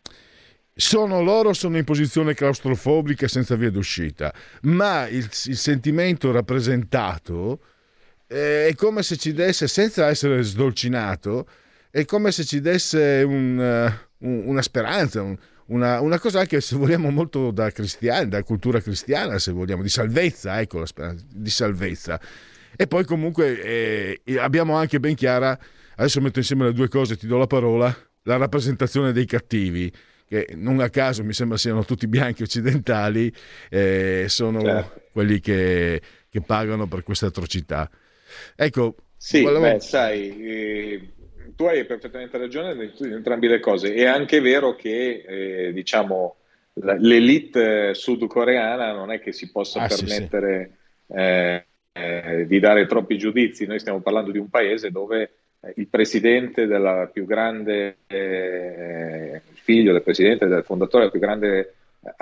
sono loro sono in posizione claustrofobica senza via d'uscita, ma il, il sentimento rappresentato eh, è come se ci desse, senza essere sdolcinato, è come se ci desse un... Uh, una speranza, una, una cosa anche, se vogliamo, molto da cristiani, da cultura cristiana, se vogliamo, di salvezza, ecco, la speranza di salvezza. E poi comunque eh, abbiamo anche ben chiara, adesso metto insieme le due cose, ti do la parola, la rappresentazione dei cattivi, che non a caso mi sembra siano tutti bianchi occidentali, eh, sono certo. quelli che, che pagano per queste atrocità. Ecco, sì, volevo... beh, sai... Eh... Tu hai perfettamente ragione in entrambe le cose. È anche vero che eh, diciamo l'elite sudcoreana non è che si possa ah, permettere sì, sì. Eh, eh, di dare troppi giudizi. Noi stiamo parlando di un paese dove eh, il presidente della più grande eh, il figlio del presidente del fondatore della più grande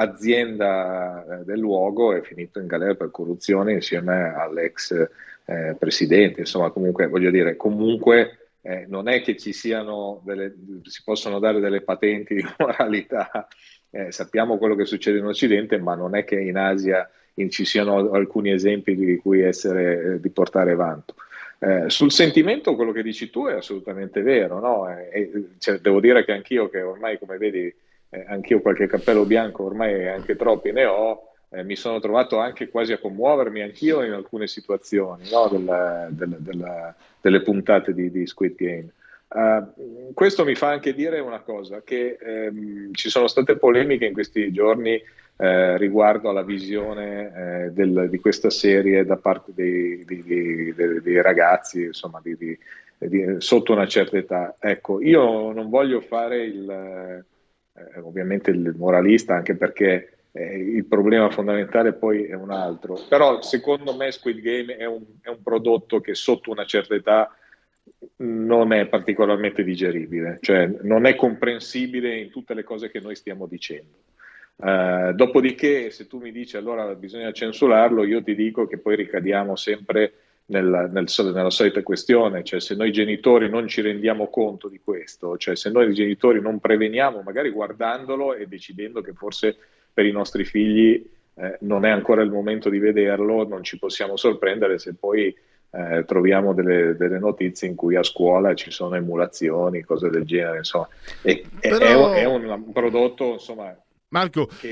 azienda del luogo è finito in galera per corruzione insieme all'ex eh, presidente. Insomma, comunque voglio dire, comunque Eh, non è che ci siano delle, si possono dare delle patenti di moralità, eh, sappiamo quello che succede in Occidente, ma non è che in Asia in, ci siano alcuni esempi di cui essere, eh, di portare vanto. Eh, sul sentimento quello che dici tu è assolutamente vero, no? Eh, cioè, devo dire che anch'io, che ormai come vedi, eh, anch'io qualche cappello bianco, ormai anche troppi ne ho, Eh, mi sono trovato anche quasi a commuovermi anch'io in alcune situazioni, no? della, della, della, delle puntate di, di Squid Game. Uh, questo mi fa anche dire una cosa, che ehm, ci sono state polemiche in questi giorni eh, riguardo alla visione eh, del, di questa serie da parte dei, dei, dei, dei, dei ragazzi, insomma, di, di, di, sotto una certa età. Ecco, io non voglio fare il, eh, ovviamente il moralista, anche perché eh, il problema fondamentale poi è un altro. Però secondo me Squid Game è un, è un prodotto che sotto una certa età non è particolarmente digeribile, cioè non è comprensibile in tutte le cose che noi stiamo dicendo. Uh, dopodiché, se tu mi dici allora bisogna censurarlo, io ti dico che poi ricadiamo sempre nel, nel, nella solita questione, cioè se noi genitori non ci rendiamo conto di questo, cioè se noi genitori non preveniamo, magari guardandolo e decidendo che forse per i nostri figli eh, non è ancora il momento di vederlo, non ci possiamo sorprendere se poi eh, troviamo delle, delle notizie in cui a scuola ci sono emulazioni, cose del genere, insomma. E, Però... è, è un, un prodotto, insomma, Marco, che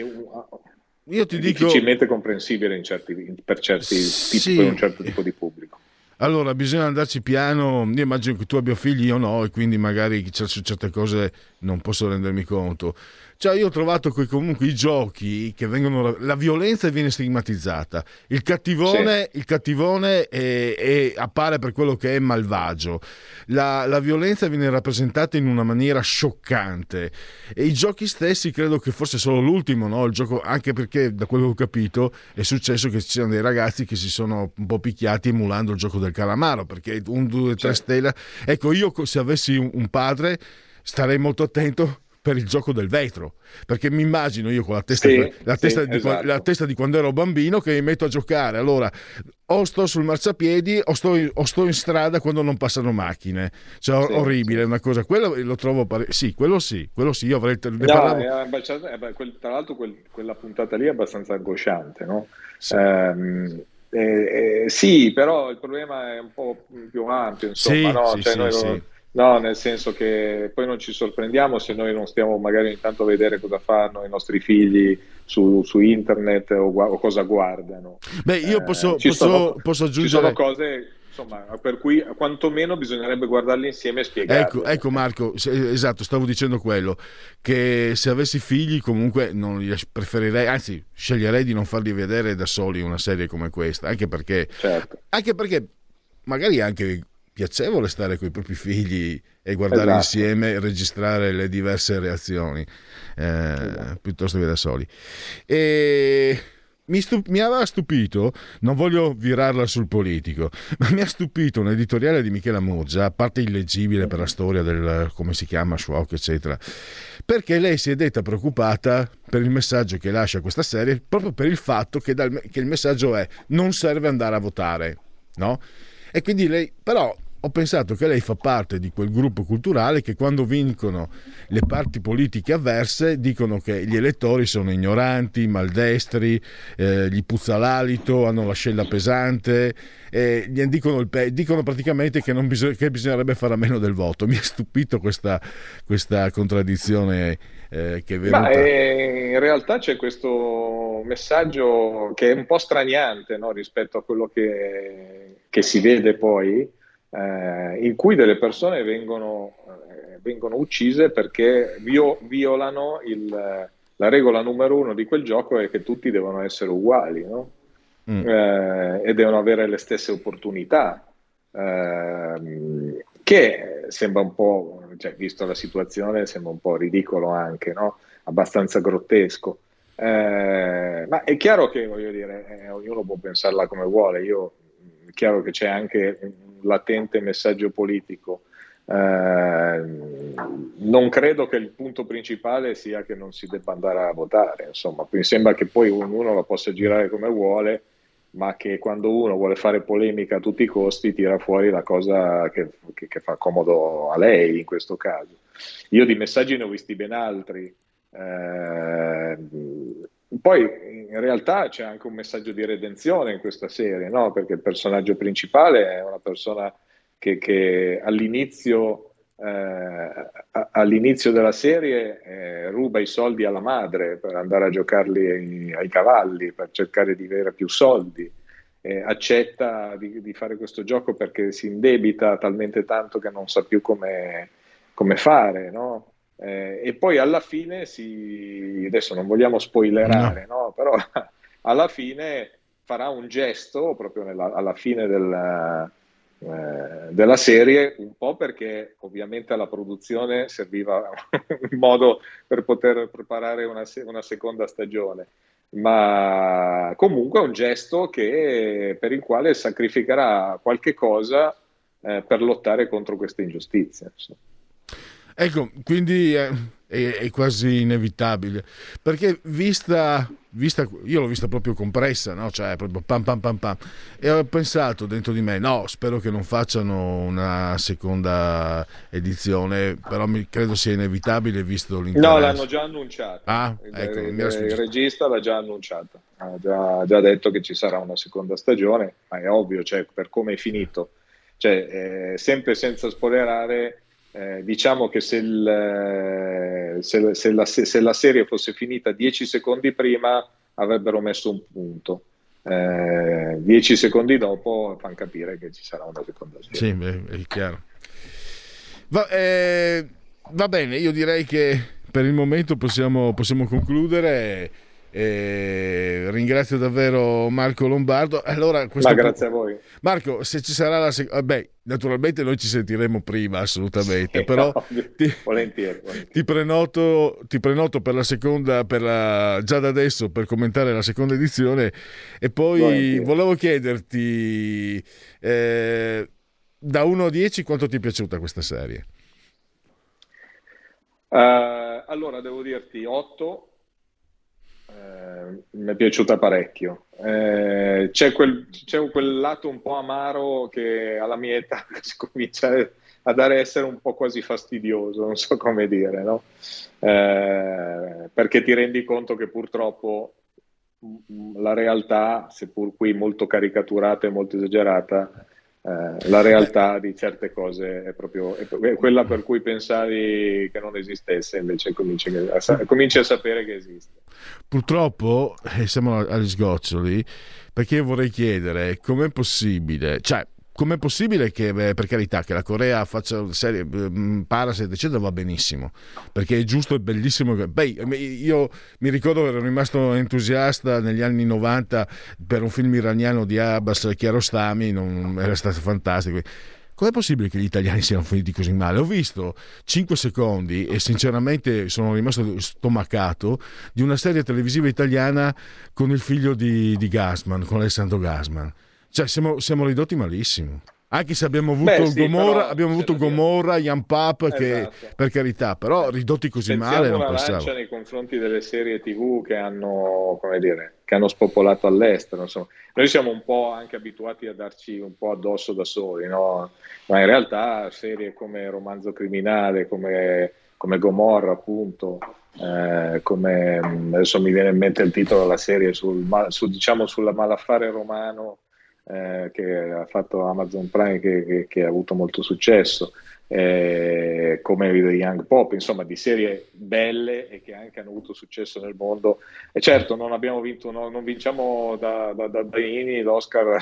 io ti è dico difficilmente comprensibile in certi, per, certi sì. tipi, per un certo tipo di pubblico. Allora, bisogna andarci piano. Io immagino che tu abbia figli, io no, e quindi magari su certe cose non posso rendermi conto. Cioè, io ho trovato che comunque i giochi che vengono, la violenza viene stigmatizzata, il cattivone, sì. il cattivone è, è, appare per quello che è malvagio, la, la violenza viene rappresentata in una maniera scioccante, e i giochi stessi, credo che forse solo l'ultimo, no? Il gioco, anche perché da quello che ho capito è successo che ci siano dei ragazzi che si sono un po' picchiati emulando il gioco del calamaro, perché un, due, tre sì. stelle. Ecco, io se avessi un, un padre starei molto attento per il gioco del vetro, perché mi immagino io con la testa, sì, la, testa sì, di, esatto. la testa di quando ero bambino, che mi metto a giocare, allora o sto sul marciapiedi o sto, o sto in strada quando non passano macchine, cioè sì, orribile, sì. Una cosa, quello lo trovo pare... sì, quello sì, quello sì, io avrei ne no, parlavo... è, è, tra l'altro quel, quella puntata lì è abbastanza angosciante, no? Sì. Ehm, eh, eh, sì, però il problema è un po' più ampio, insomma, sì, no? Sì, cioè sì, noi sì. non... No, nel senso che poi non ci sorprendiamo se noi non stiamo magari ogni tanto a vedere cosa fanno i nostri figli su, su internet o, o cosa guardano. Beh, io posso, eh, ci posso, sono, posso aggiungere... Ci sono cose, insomma, per cui quantomeno bisognerebbe guardarle insieme e spiegarle. Ecco, ecco Marco, esatto, stavo dicendo quello, che se avessi figli comunque non li preferirei, anzi sceglierei di non farli vedere da soli una serie come questa, anche perché, certo. anche perché magari anche... piacevole stare con i propri figli e guardare esatto. insieme e registrare le diverse reazioni eh, esatto. piuttosto che da soli. E mi, stup- mi aveva stupito, non voglio virarla sul politico, ma mi ha stupito un editoriale di Michela Murgia, a parte illeggibile per la storia del come si chiama Schwauch eccetera, perché lei si è detta preoccupata per il messaggio che lascia questa serie, proprio per il fatto che, dal, che il messaggio è non serve andare a votare, no? E quindi lei, però ho pensato che lei fa parte di quel gruppo culturale che quando vincono le parti politiche avverse dicono che gli elettori sono ignoranti, maldestri, eh, gli puzza l'alito, hanno l'ascella pesante, eh, gli dicono, il pe- dicono praticamente che, non bisog- che bisognerebbe fare a meno del voto. Mi ha stupito questa, questa contraddizione eh, che è venuta. Ma eh, in realtà c'è questo messaggio che è un po' straniante, no? Rispetto a quello che, che si vede poi, Eh, in cui delle persone vengono, eh, vengono uccise perché vio- violano il, la regola numero uno di quel gioco, è che tutti devono essere uguali, no? mm. eh, e devono avere le stesse opportunità, eh, che sembra un po', cioè, visto la situazione, sembra un po' ridicolo anche, no? Abbastanza grottesco. Eh, ma è chiaro che, voglio dire, eh, ognuno può pensarla come vuole. Io, è chiaro che c'è anche un latente messaggio politico. Eh, non credo che il punto principale sia che non si debba andare a votare, insomma, mi sembra che poi ognuno la possa girare come vuole, ma che quando uno vuole fare polemica a tutti i costi tira fuori la cosa che, che, che fa comodo a lei in questo caso. Io di messaggi ne ho visti ben altri. Eh, poi in realtà c'è anche un messaggio di redenzione in questa serie, no? Perché il personaggio principale è una persona che, che all'inizio, eh, all'inizio della serie eh, ruba i soldi alla madre per andare a giocarli ai cavalli, per cercare di avere più soldi, eh, accetta di, di fare questo gioco perché si indebita talmente tanto che non sa più come, come fare, no? Eh, e poi alla fine si, adesso non vogliamo spoilerare, no. No? Però alla fine farà un gesto proprio nella, alla fine del, eh, della serie, un po' perché ovviamente alla produzione serviva un modo per poter preparare una, una seconda stagione, ma comunque è un gesto che, per il quale sacrificherà qualche cosa eh, per lottare contro queste ingiustizie. Ecco, quindi è, è, è quasi inevitabile, perché vista, vista, io l'ho vista proprio compressa, no? Cioè proprio pam pam pam pam, e ho pensato dentro di me, no, spero che non facciano una seconda edizione, però mi, credo sia inevitabile visto l'interesse. No, l'hanno già annunciata. Ah, il, ecco, il, mi era il regista l'ha già annunciata, ha già, già detto che ci sarà una seconda stagione, ma è ovvio, cioè, per come è finito, cioè, eh, sempre senza spoilerare. Eh, diciamo che se, il, se, se, la, se la serie fosse finita dieci secondi prima avrebbero messo un punto, eh, dieci secondi dopo fanno capire che ci sarà una seconda serie. Sì, beh, è chiaro. Va, eh, va bene, io direi che per il momento possiamo, possiamo concludere. Eh, ringrazio davvero Marco Lombardo. Allora, questo Ma grazie po- a voi. Marco, se ci sarà la seconda, beh, naturalmente noi ci sentiremo prima, assolutamente, sì, però no, ti, volentieri, volentieri. Ti, prenoto, ti prenoto per la seconda, per la, già da adesso per commentare la seconda edizione, e poi volentieri. Volevo chiederti eh, da uno a dieci quanto ti è piaciuta questa serie? Uh, allora devo dirti otto. Eh, mi è piaciuta parecchio. Eh, c'è, quel, c'è quel lato un po' amaro che alla mia età si comincia a dare essere un po' quasi fastidioso, non so come dire, no? Eh, perché ti rendi conto che purtroppo la realtà, seppur qui molto caricaturata e molto esagerata, eh, la realtà di certe cose è proprio è quella per cui pensavi che non esistesse, invece cominci a, cominci a sapere che esiste. Purtroppo eh, siamo agli sgoccioli, perché io vorrei chiedere com'è possibile, cioè com'è possibile che, beh, per carità, che la Corea faccia serie Parasite eccetera, va benissimo, perché è giusto e bellissimo. Beh, io mi ricordo che ero rimasto entusiasta negli anni novanta per un film iraniano di Abbas Kiarostami, non, era stato fantastico. Com'è possibile che gli italiani siano finiti così male? Ho visto cinque secondi e sinceramente sono rimasto stomacato di una serie televisiva italiana con il figlio di, di Gassman, con Alessandro Gassman. Cioè siamo, siamo ridotti malissimo. Anche se abbiamo avuto Beh, sì, Gomorra, abbiamo avuto Gomorra, Young Pup, che esatto. Per carità, però ridotti così Pensiamo male non una pensavo. Lancia nei confronti delle serie tivù che hanno, come dire, che hanno spopolato all'estero. Insomma. Noi siamo un po' anche abituati a darci un po' addosso da soli, no? Ma in realtà serie come Romanzo Criminale, come, come Gomorra, appunto, eh, come adesso mi viene in mente il titolo della serie sul, su, diciamo sulla malaffare romano. Eh, che ha fatto Amazon Prime, che, che, che ha avuto molto successo, eh, come The Young Pop, insomma di serie belle e che anche hanno avuto successo nel mondo. E certo non abbiamo vinto, no, non vinciamo da, da, da Benigni l'Oscar,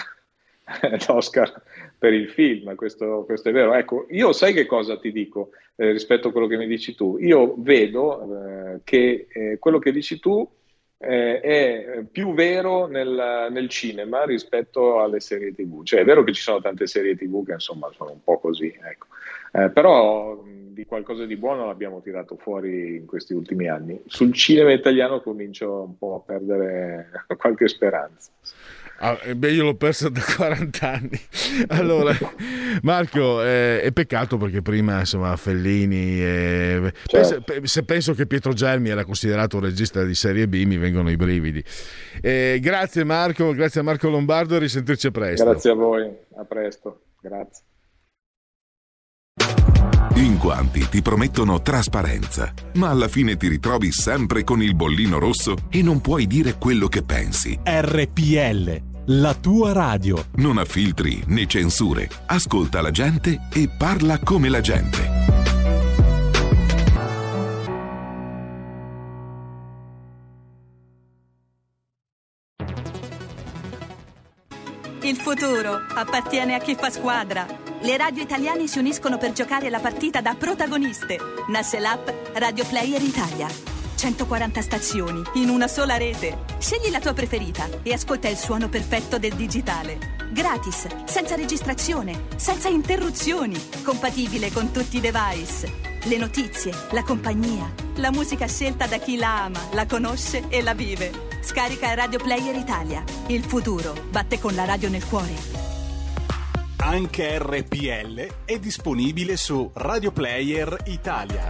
l'Oscar per il film, questo, questo è vero. Ecco, io sai che cosa ti dico eh, rispetto a quello che mi dici tu? Io vedo eh, che eh, quello che dici tu Eh, è più vero nel, nel cinema rispetto alle serie tivù. Cioè è vero che ci sono tante serie tivù che insomma sono un po' così, ecco. eh, però mh, di qualcosa di buono l'abbiamo tirato fuori in questi ultimi anni. Sul cinema italiano comincio un po' a perdere qualche speranza. Ah, beh, io l'ho persa da quaranta anni. Allora, Marco, eh, è peccato perché prima, insomma, Fellini. Eh, certo. penso, se penso che Pietro Gelmi era considerato un regista di serie B, mi vengono i brividi. Eh, grazie, Marco, grazie a Marco Lombardo. A risentirci presto. Grazie a voi, a presto. Grazie. In quanti ti promettono trasparenza, ma alla fine ti ritrovi sempre con il bollino rosso e non puoi dire quello che pensi. R P L, la tua radio. Non ha filtri né censure. Ascolta la gente e parla come la gente. Il futuro appartiene a chi fa squadra. Le radio italiane si uniscono per giocare la partita da protagoniste. Nasce l'app Radio Player Italia. centoquaranta stazioni in una sola rete. Scegli la tua preferita e ascolta il suono perfetto del digitale. Gratis, senza registrazione, senza interruzioni. Compatibile con tutti i device. Le notizie, la compagnia, la musica scelta da chi la ama, la conosce e la vive. Scarica Radio Player Italia. Il futuro batte con la radio nel cuore. Anche R P L è disponibile su Radio Player Italia.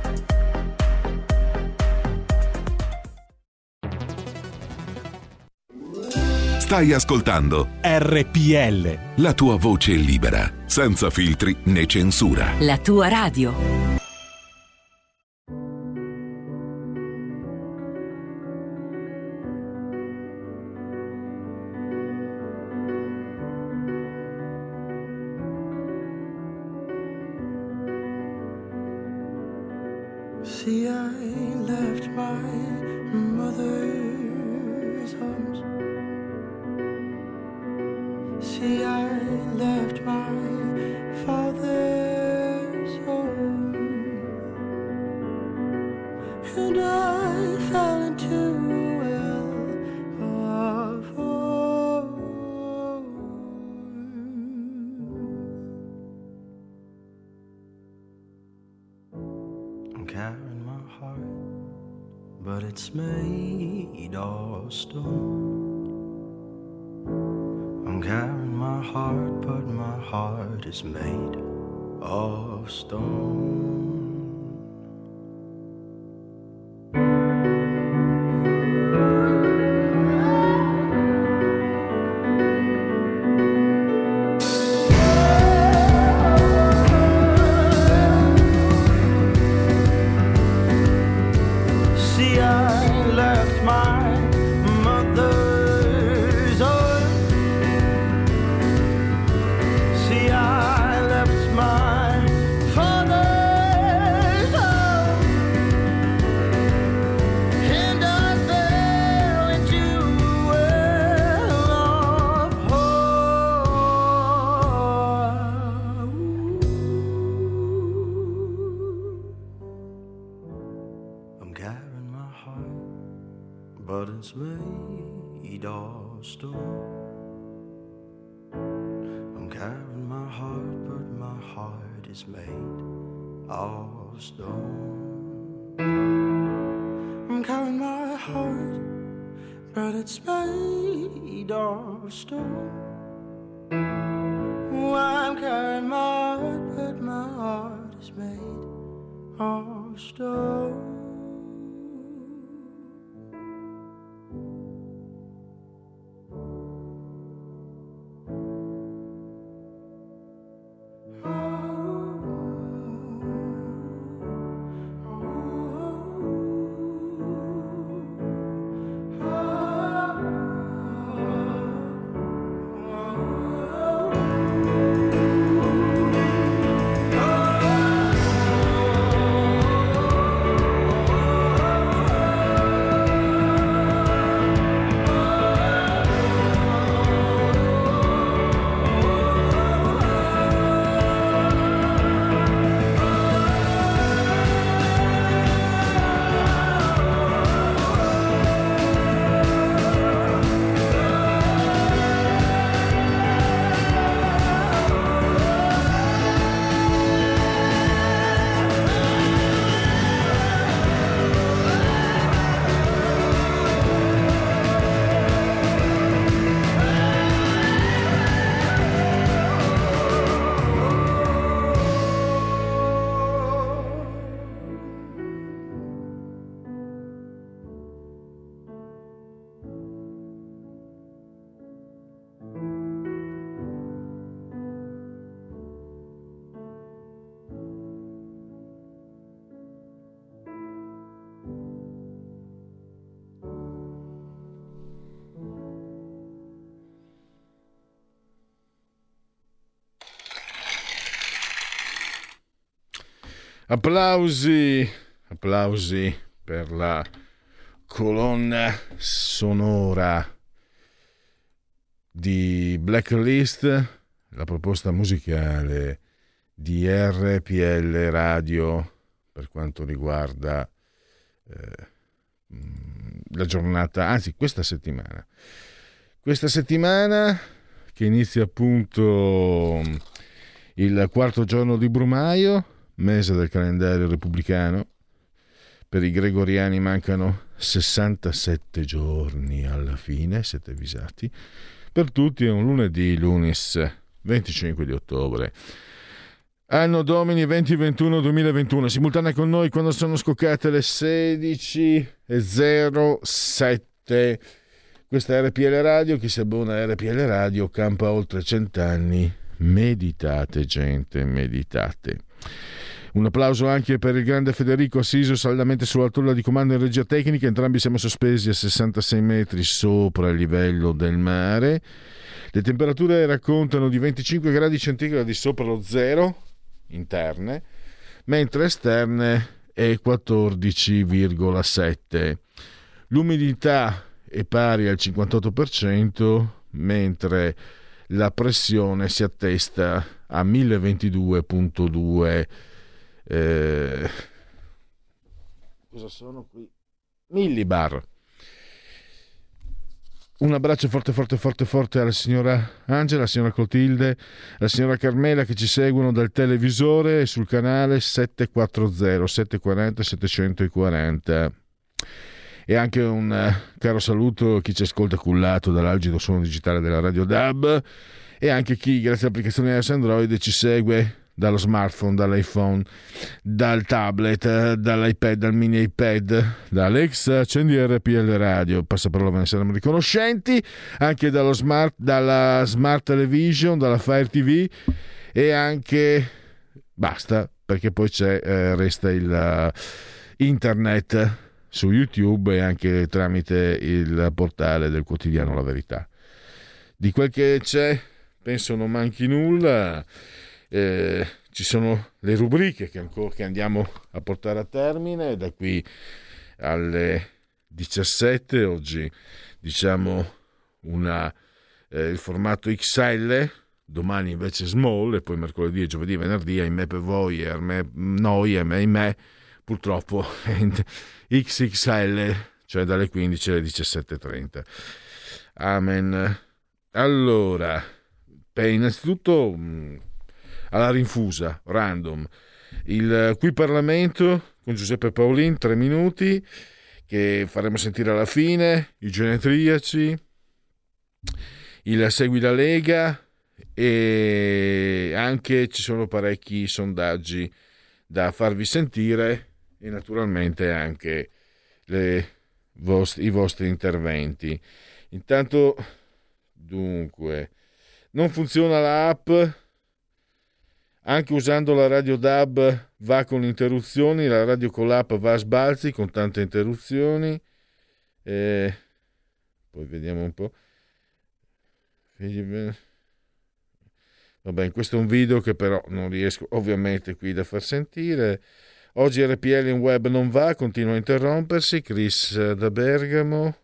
Stai ascoltando R P L, la tua voce libera, senza filtri né censura. La tua radio. See, I left my mother's arms. See, I left my father's home, and I fell into a well of home. I'm carrying my heart, but it's made of stone. I'm carrying my heart, but my heart is made of stone. See, I left my mother's arms. See, I left my father's home, and I fell into a well of home. I'm carrying my heart, but it's made of stone. I'm carrying my heart, but my heart is made of stone. I'm carrying my heart, but it's made of stone. Oh, I'm carrying my heart, but my heart is made of stone. Applausi, applausi per la colonna sonora di Blacklist, la proposta musicale di R P L Radio per quanto riguarda eh, la giornata, anzi questa settimana. Questa settimana che inizia appunto il quarto giorno di Brumaio, mese del calendario repubblicano, per i gregoriani mancano sessantasette giorni alla fine, siete avvisati. Per tutti è un lunedì, lunis venticinque di ottobre. Anno Domini duemilaventuno duemilaventuno, simultanea con noi quando sono scoccate le sedici e zero sette. Questa è R P L Radio, chi si abbona a R P L Radio campa oltre cent'anni. Meditate, gente, meditate. Un applauso anche per il grande Federico Assiso, saldamente sulla tolla di comando in regia tecnica. Entrambi siamo sospesi a sessantasei metri sopra il livello del mare. Le temperature raccontano di venticinque gradi centigradi sopra lo zero interne, mentre esterne è quattordici virgola sette. L'umidità è pari al cinquantotto per cento, mentre la pressione si attesta a mille ventidue virgola due eh, cosa sono qui? millibar. Un abbraccio forte forte forte forte alla signora Angela, alla signora Clotilde, alla signora Carmela che ci seguono dal televisore e sul canale settecentoquaranta settecentoquaranta settecentoquaranta. E anche un uh, caro saluto a chi ci ascolta cullato dall'algido suono digitale della Radio D A B, e anche chi grazie all'applicazione iOS Android ci segue dallo smartphone, dall'iPhone, dal tablet, dall'iPad, dal mini iPad, dall'Alexa, accendi R P L Radio, passaparola, ve ne saremo riconoscenti, anche dallo smart, dalla Smart Television, dalla Fire T V, e anche basta, perché poi c'è eh, resta il uh, internet su YouTube e anche tramite il portale del quotidiano La Verità. Di quel che c'è penso non manchi nulla. Eh, ci sono le rubriche che ancora che andiamo a portare a termine da qui alle diciassette. Oggi diciamo una eh, il formato X L, domani invece small, e poi mercoledì e giovedì e venerdì ahimè per voi e a me noi e me, ahimè purtroppo X X L, cioè dalle quindici alle diciassette e trenta. Amen. Allora, per innanzitutto alla rinfusa, random, il Qui Parlamento con Giuseppe Paolin, tre minuti, che faremo sentire alla fine, i genetriaci, il Segui la Lega, e anche ci sono parecchi sondaggi da farvi sentire, e naturalmente anche le vostri, i vostri interventi. Intanto, dunque, non funziona l'app, anche usando la radio D A B va con interruzioni, la radio con l'app va a sbalzi con tante interruzioni. E poi vediamo un po'. Vabbè, questo è un video che però non riesco ovviamente qui da far sentire. Oggi R P L in web non va, continua a interrompersi. Chris da Bergamo.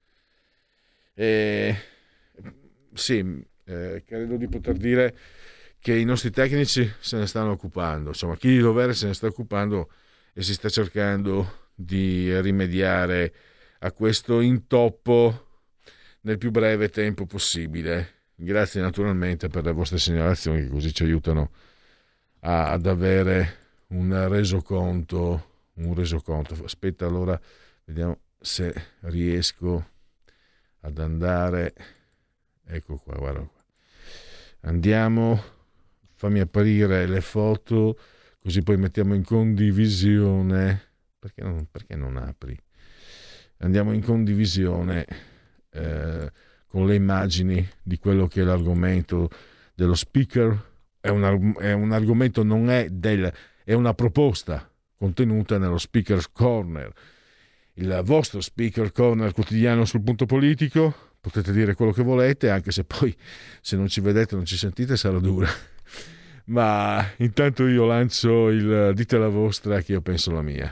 E sì, eh, credo di poter dire che i nostri tecnici se ne stanno occupando, insomma chi di dovere se ne sta occupando e si sta cercando di rimediare a questo intoppo nel più breve tempo possibile. Grazie naturalmente per le vostre segnalazioni, che così ci aiutano a, ad avere un resoconto, un resoconto. Aspetta, allora vediamo se riesco ad andare. Ecco qua, guarda qua. Andiamo. Fammi aprire le foto, così poi mettiamo in condivisione. Perché non, perché non apri? Andiamo in condivisione eh, con le immagini di quello che è l'argomento dello speaker. È un, è un argomento, non è del, è una proposta contenuta nello Speaker's Corner, il vostro Speaker Corner quotidiano sul punto politico. Potete dire quello che volete, anche se poi se non ci vedete, non ci sentite, sarà dura. Ma intanto io lancio il dite la vostra che io penso la mia.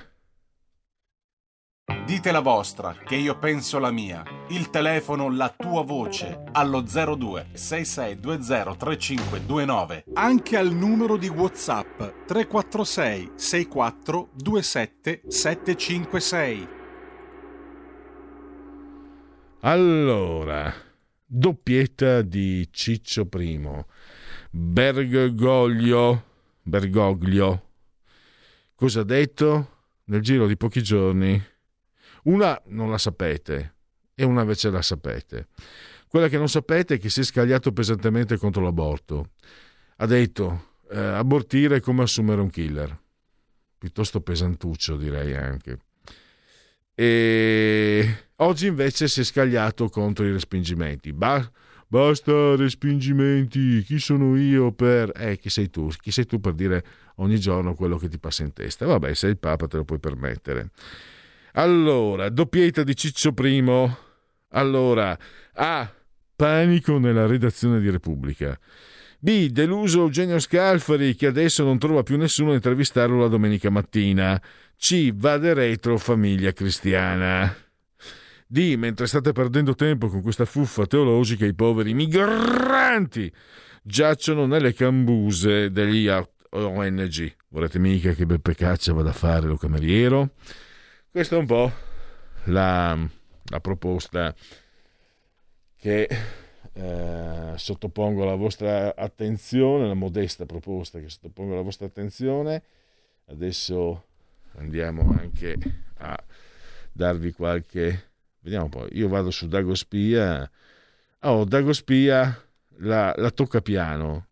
Dite la vostra che io penso la mia. Il telefono, la tua voce allo zero due sei sei due zero tre cinque due nove. Anche al numero di WhatsApp tre quattro sei sei quattro due sette sette cinque sei. Allora, doppietta di Ciccio Primo. Bergoglio, Bergoglio, cosa ha detto? nel giro di pochi giorni, una non la sapete e una invece la sapete. Quella che non sapete è che si è scagliato pesantemente contro l'aborto. Ha detto eh, abortire è come assumere un killer, piuttosto pesantuccio direi anche. E oggi invece si è scagliato contro i respingimenti. Ba- basta respingimenti, chi sono io per... Eh, chi sei tu? Chi sei tu per dire ogni giorno quello che ti passa in testa? Vabbè, sei il Papa, te lo puoi permettere. Allora, doppietta di Ciccio Primo. Allora, A. Panico nella redazione di Repubblica. B. Deluso Eugenio Scalfari, che adesso non trova più nessuno a intervistarlo la domenica mattina. C. Vade retro famiglia cristiana. D. Mentre state perdendo tempo con questa fuffa teologica, i poveri migranti giacciono nelle cambuse degli O N G. Vorrete mica che Beppe Caccia vada a fare lo cameriero? Questa è un po' la, la proposta che eh, sottopongo alla vostra attenzione, la modesta proposta che sottopongo alla vostra attenzione. Adesso andiamo anche a darvi qualche... Vediamo poi, io vado su Dagospia. Oh, Dagospia la, la tocca piano.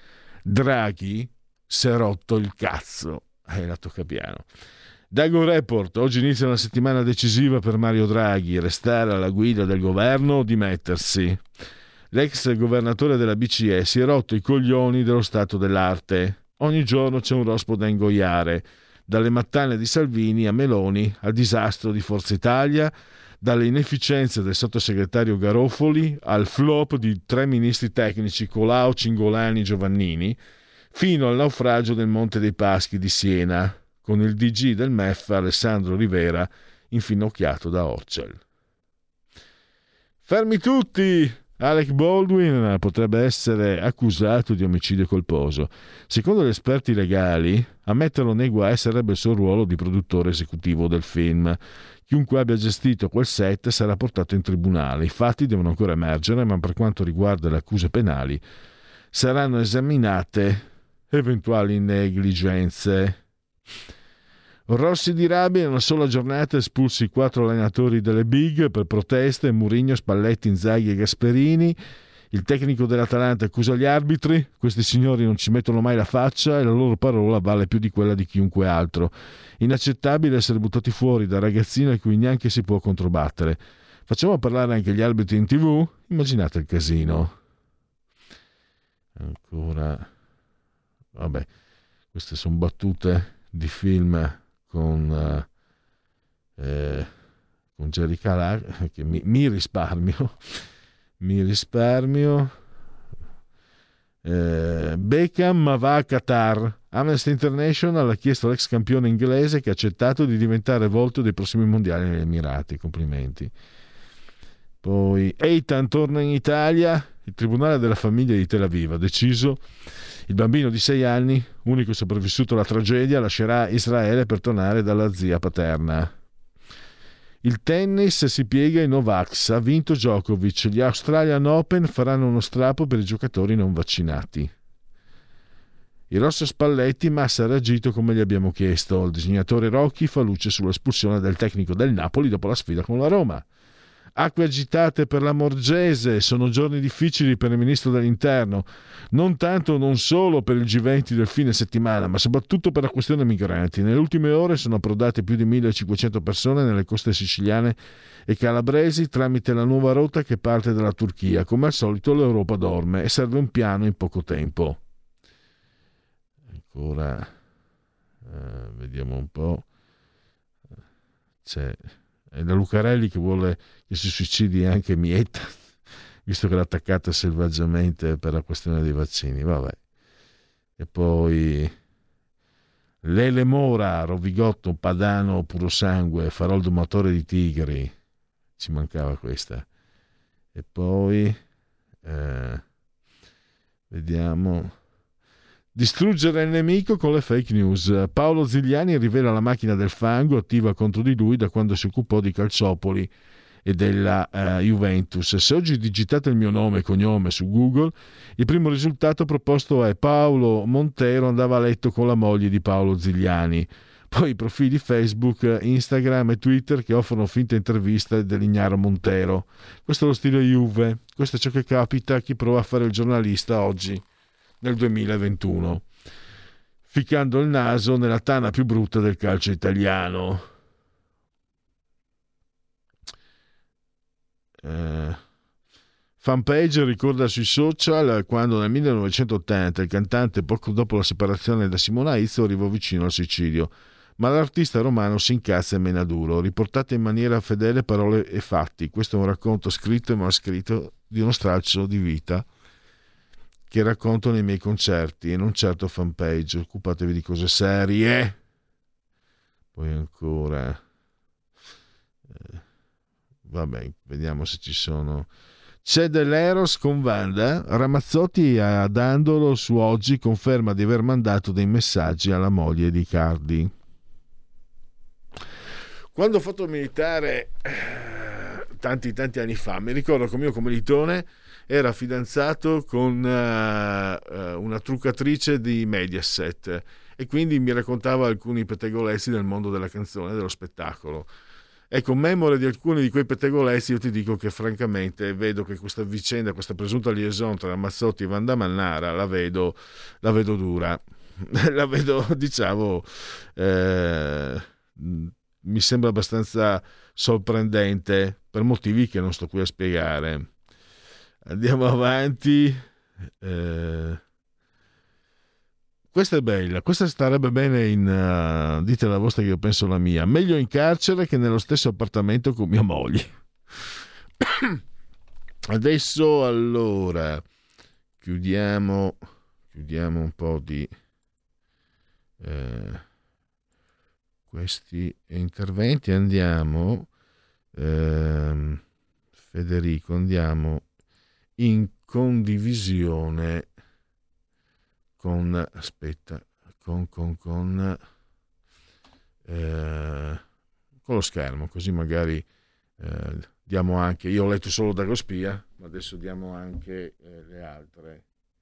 Draghi si è rotto il cazzo. Eh, la tocca piano. Dago Report, oggi inizia una settimana decisiva per Mario Draghi, restare alla guida del governo o dimettersi. L'ex governatore della B C E si è rotto i coglioni dello stato dell'arte. Ogni giorno c'è un rospo da ingoiare, dalle mattane di Salvini a Meloni al disastro di Forza Italia, dalle inefficienze del sottosegretario Garofoli al flop di tre ministri tecnici Colau, Cingolani, Giovannini, fino al naufragio del Monte dei Paschi di Siena, con il D G del M E F Alessandro Rivera infinocchiato da Orcel. Fermi tutti! Alec Baldwin potrebbe essere accusato di omicidio colposo. Secondo gli esperti legali, a metterlo nei guai sarebbe il suo ruolo di produttore esecutivo del film. Chiunque abbia gestito quel set sarà portato in tribunale. I fatti devono ancora emergere, ma per quanto riguarda le accuse penali saranno esaminate eventuali negligenze. Rossi di rabbia, in una sola giornata espulsi i quattro allenatori delle Big per proteste, Mourinho, Spalletti, Inzaghi e Gasperini. Il tecnico dell'Atalanta accusa gli arbitri, questi signori non ci mettono mai la faccia e la loro parola vale più di quella di chiunque altro. Inaccettabile essere buttati fuori da ragazzini a cui neanche si può controbattere. Facciamo parlare anche gli arbitri in tv? Immaginate il casino. Ancora... Vabbè, queste sono battute di film con eh, con Jerry Calà, che mi, mi risparmio mi risparmio eh, Beckham ma va a Qatar. Amnesty International ha chiesto all'ex campione inglese, che ha accettato, di diventare volto dei prossimi mondiali negli Emirati. Complimenti. Poi Eitan torna in Italia. Il tribunale della famiglia di Tel Aviv ha deciso: il bambino di sei anni, unico sopravvissuto alla tragedia, lascerà Israele per tornare dalla zia paterna. Il tennis si piega in Novax, ha vinto Djokovic. Gli Australian Open faranno uno strappo per i giocatori non vaccinati. Il Rosso Spalletti, Massa ha reagito come gli abbiamo chiesto. Il disegnatore Rocchi fa luce sull'espulsione del tecnico del Napoli dopo la sfida con la Roma. Acque agitate per la Morgese, sono giorni difficili per il ministro dell'Interno, non tanto non solo per il G venti del fine settimana, ma soprattutto per la questione migranti. Nelle ultime ore sono approdate più di millecinquecento persone nelle coste siciliane e calabresi tramite la nuova rotta che parte dalla Turchia. Come al solito l'Europa dorme e serve un piano in poco tempo. Ancora, eh, vediamo un po'. C'è... È la Lucarelli che vuole che si suicidi anche Mietta, visto che l'ha attaccata selvaggiamente per la questione dei vaccini. Vabbè. E poi Lele Mora, Rovigotto, Padano, puro sangue, farò il domatore di tigri. Ci mancava questa. E poi eh, vediamo. Distruggere il nemico con le fake news. Paolo Zigliani rivela la macchina del fango attiva contro di lui da quando si occupò di Calciopoli e della uh, Juventus. Se oggi digitate il mio nome e cognome su Google, il primo risultato proposto è: Paolo Montero andava a letto con la moglie di Paolo Zigliani. poi i profili Facebook, Instagram e Twitter che offrono finte interviste dell'ignaro Montero. Questo è lo stile Juve, questo è ciò che capita a chi prova a fare il giornalista oggi, nel duemilaventuno, ficcando il naso nella tana più brutta del calcio italiano. Eh, Fanpage ricorda sui social quando nel millenovecentottanta il cantante, poco dopo la separazione da Simona Izzo, arrivò vicino al suicidio, ma l'artista romano si incazza e mena duro. Riportate in maniera fedele parole e fatti. Questo è un racconto scritto e manoscritto di uno straccio di vita che racconto nei miei concerti e non certo Fanpage. Occupatevi di cose serie. Poi ancora eh, vabbè, vediamo se ci sono. C'è dell'Eros con Wanda. Ramazzotti ad Andolo su Oggi conferma di aver mandato dei messaggi alla moglie di Cardi. Quando ho fatto il militare tanti tanti anni fa, mi ricordo che il mio commilitone era fidanzato con uh, una truccatrice di Mediaset e quindi mi raccontava alcuni pettegolezzi del mondo della canzone e dello spettacolo. Ecco, memore di alcuni di quei pettegolezzi, io ti dico che francamente vedo che questa vicenda, questa presunta liaison tra Ramazzotti e Wanda Mannara la vedo, la vedo dura, la vedo, diciamo, eh, mi sembra abbastanza sorprendente per motivi che non sto qui a spiegare. Andiamo avanti. Eh, questa è bella, questa starebbe bene in uh, dite la vostra che io penso la mia. Meglio in carcere che nello stesso appartamento con mia moglie. Adesso allora chiudiamo chiudiamo un po' di eh, questi interventi. Andiamo ehm, Federico, andiamo in condivisione con aspetta con con con eh, con lo schermo, così magari eh, diamo anche, io ho letto solo Dagospia, ma adesso diamo anche eh, le altre.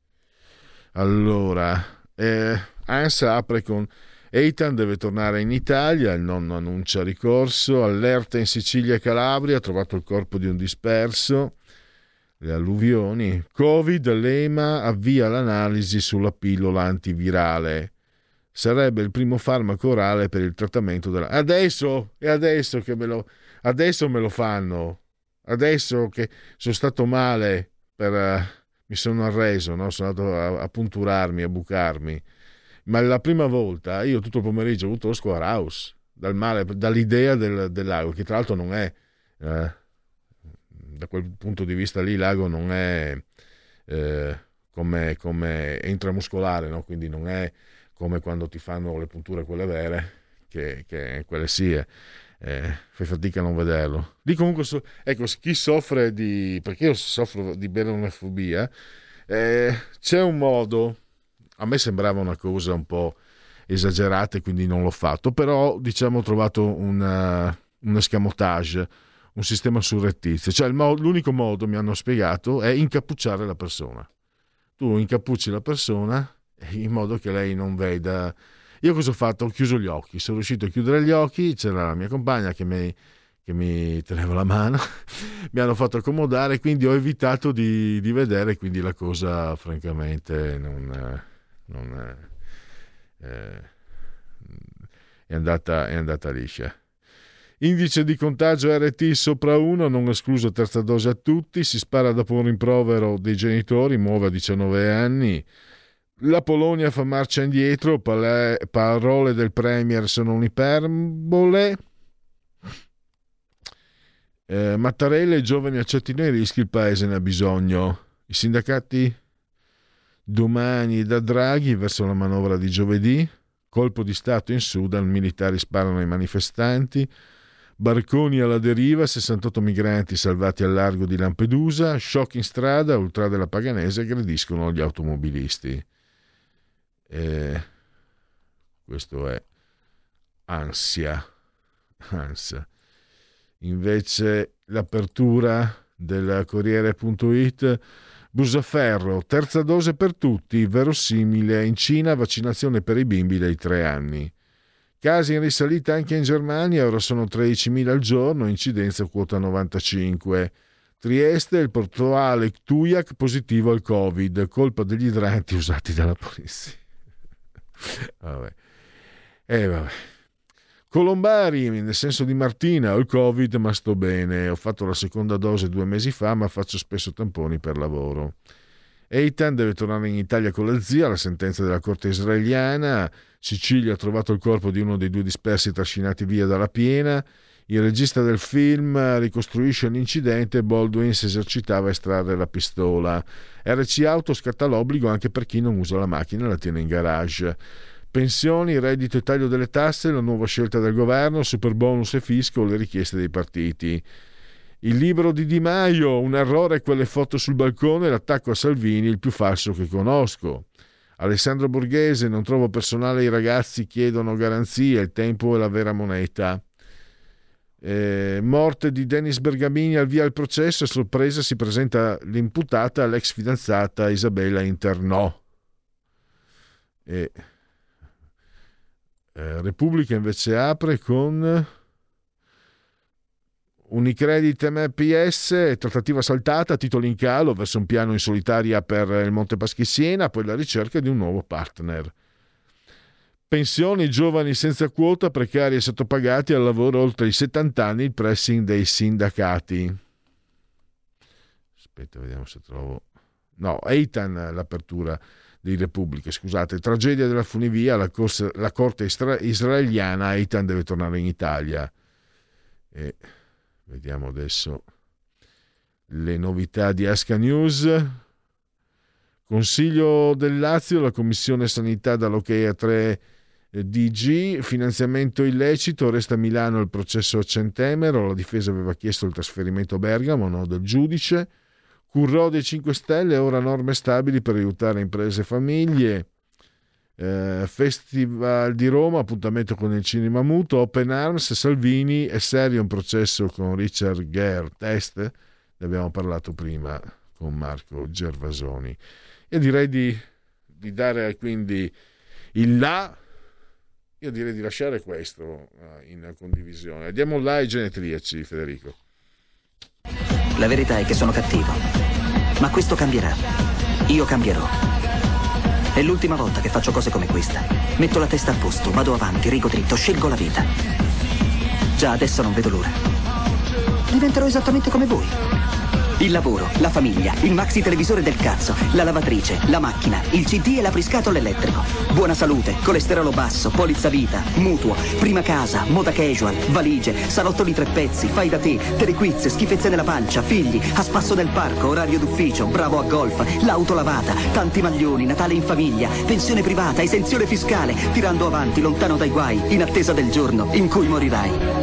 Allora eh, ANSA apre con Eitan deve tornare in Italia, il nonno annuncia ricorso, allerta in Sicilia e Calabria, ha trovato il corpo di un disperso. Le alluvioni, Covid, l'EMA avvia l'analisi sulla pillola antivirale, sarebbe il primo farmaco orale per il trattamento della... Adesso, e adesso che me lo, adesso me lo fanno, adesso che sono stato male, per, uh, mi sono arreso, no? Sono andato a, a punturarmi, a bucarmi, ma la prima volta io tutto il pomeriggio ho avuto lo square house, dal male, dall'idea del, dell'ago, che tra l'altro non è... Uh, da quel punto di vista lì l'ago non è eh, come, come intramuscolare, no? Quindi non è come quando ti fanno le punture quelle vere, che, che quelle sì, eh, fai fatica a non vederlo. Lì comunque, so, ecco, chi soffre di, perché io soffro di beronefobia, eh, c'è un modo, a me sembrava una cosa un po' esagerata e quindi non l'ho fatto, però diciamo ho trovato una, un escamotage, un sistema surrettizio, cioè il mo- l'unico modo, mi hanno spiegato, è incappucciare la persona. Tu incappucci la persona in modo che lei non veda. Io cosa ho fatto? Ho chiuso gli occhi, sono riuscito a chiudere gli occhi, c'era la mia compagna che mi, che mi teneva la mano, mi hanno fatto accomodare, quindi ho evitato di, di vedere, quindi la cosa francamente non, non eh, è andata, è andata liscia. Indice di contagio R T sopra uno, non escluso terza dose a tutti, si spara dopo un rimprovero dei genitori, muove a diciannove anni, la Polonia fa marcia indietro, pale, parole del Premier sono un'iperbole, eh, Mattarella, i giovani accettino i rischi, il paese ne ha bisogno, i sindacati domani da Draghi verso la manovra di giovedì, colpo di Stato in Sudan, militari sparano ai manifestanti, barconi alla deriva, sessantotto migranti salvati al largo di Lampedusa, shock in strada, ultra della Paganese aggrediscono gli automobilisti. Eh, questo è ansia. ansia. Invece l'apertura del Corriere punto it, Busaferro, terza dose per tutti, verosimile in Cina, vaccinazione per i bimbi dai tre anni. Casi in risalita anche in Germania, ora sono tredicimila al giorno, incidenza quota novantacinque. Trieste, il portuale Tujak positivo al Covid, colpa degli idranti usati dalla polizia. Vabbè. Eh, vabbè. Colombari, nel senso di Martina, ho il Covid ma sto bene, ho fatto la seconda dose due mesi fa ma faccio spesso tamponi per lavoro. Eitan deve tornare in Italia con la zia, la sentenza della corte israeliana. Sicilia ha trovato il corpo di uno dei due dispersi trascinati via dalla piena. Il regista del film ricostruisce l'incidente, Baldwin si esercitava a estrarre la pistola. R C Auto scatta l'obbligo anche per chi non usa la macchina e la tiene in garage. Pensioni, reddito e taglio delle tasse, la nuova scelta del governo, super bonus e fisco, le richieste dei partiti. Il libro di Di Maio, un errore quelle foto sul balcone, l'attacco a Salvini, il più falso che conosco. Alessandro Borghese, non trovo personale, i ragazzi chiedono garanzie, il tempo è la vera moneta. Eh, morte di Dennis Bergamini, al via il processo, a sorpresa si presenta l'imputata, l'ex fidanzata Isabella Internò. E, eh, Repubblica invece apre con Unicredit M P S, trattativa saltata, titoli in calo verso un piano in solitaria per il Monte Paschi Siena, poi la ricerca di un nuovo partner. Pensioni, giovani senza quota, precari e sottopagati, al lavoro oltre i settanta anni, il pressing dei sindacati. Aspetta, vediamo se trovo... No, Eitan, l'apertura di Repubblica, scusate. Tragedia della funivia, la, corsa, la corte isra- israeliana, Eitan deve tornare in Italia. E vediamo adesso le novità di Asca News. Consiglio del Lazio, la Commissione Sanità dà l'ok a tre D G, finanziamento illecito, resta a Milano il processo a Centemero, la difesa aveva chiesto il trasferimento a Bergamo, no del giudice. Currò dei cinque Stelle, ora norme stabili per aiutare imprese e famiglie. Eh, Festival di Roma, appuntamento con il cinema muto. Open Arms, Salvini, è serio un processo con Richard Gere, test, ne abbiamo parlato prima con Marco Gervasoni. E direi di, di dare quindi il là, io direi di lasciare questo in condivisione. Andiamo là ai genetriaci, Federico. La verità è che sono cattivo, ma questo cambierà. Io cambierò. È l'ultima volta che faccio cose come questa. Metto la testa a posto, vado avanti, rigo dritto, scelgo la vita. Già adesso non vedo l'ora. Diventerò esattamente come voi. Il lavoro, la famiglia, il maxi televisore del cazzo, la lavatrice, la macchina, il C D e l'apriscatole elettrico. Buona salute, colesterolo basso, polizza vita, mutuo, prima casa, moda casual, valigie, salotto di tre pezzi, fai da te, telequiz, schifezze nella pancia, figli, a spasso nel parco, orario d'ufficio, bravo a golf, l'auto lavata, tanti maglioni, Natale in famiglia, pensione privata, esenzione fiscale, tirando avanti, lontano dai guai, in attesa del giorno in cui morirai.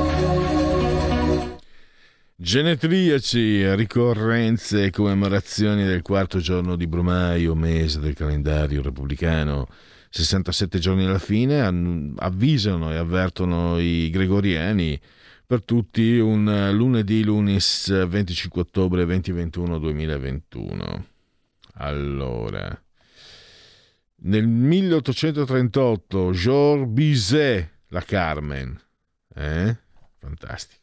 Genetriaci, ricorrenze e commemorazioni del quarto giorno di Brumaio, mese del calendario repubblicano, sessantasette giorni alla fine, avvisano e avvertono i gregoriani per tutti un lunedì, lunis venticinque ottobre duemilaventuno duemilaventuno. Allora, nel milleottocentotrentotto, Georges Bizet, la Carmen, eh? Fantastico.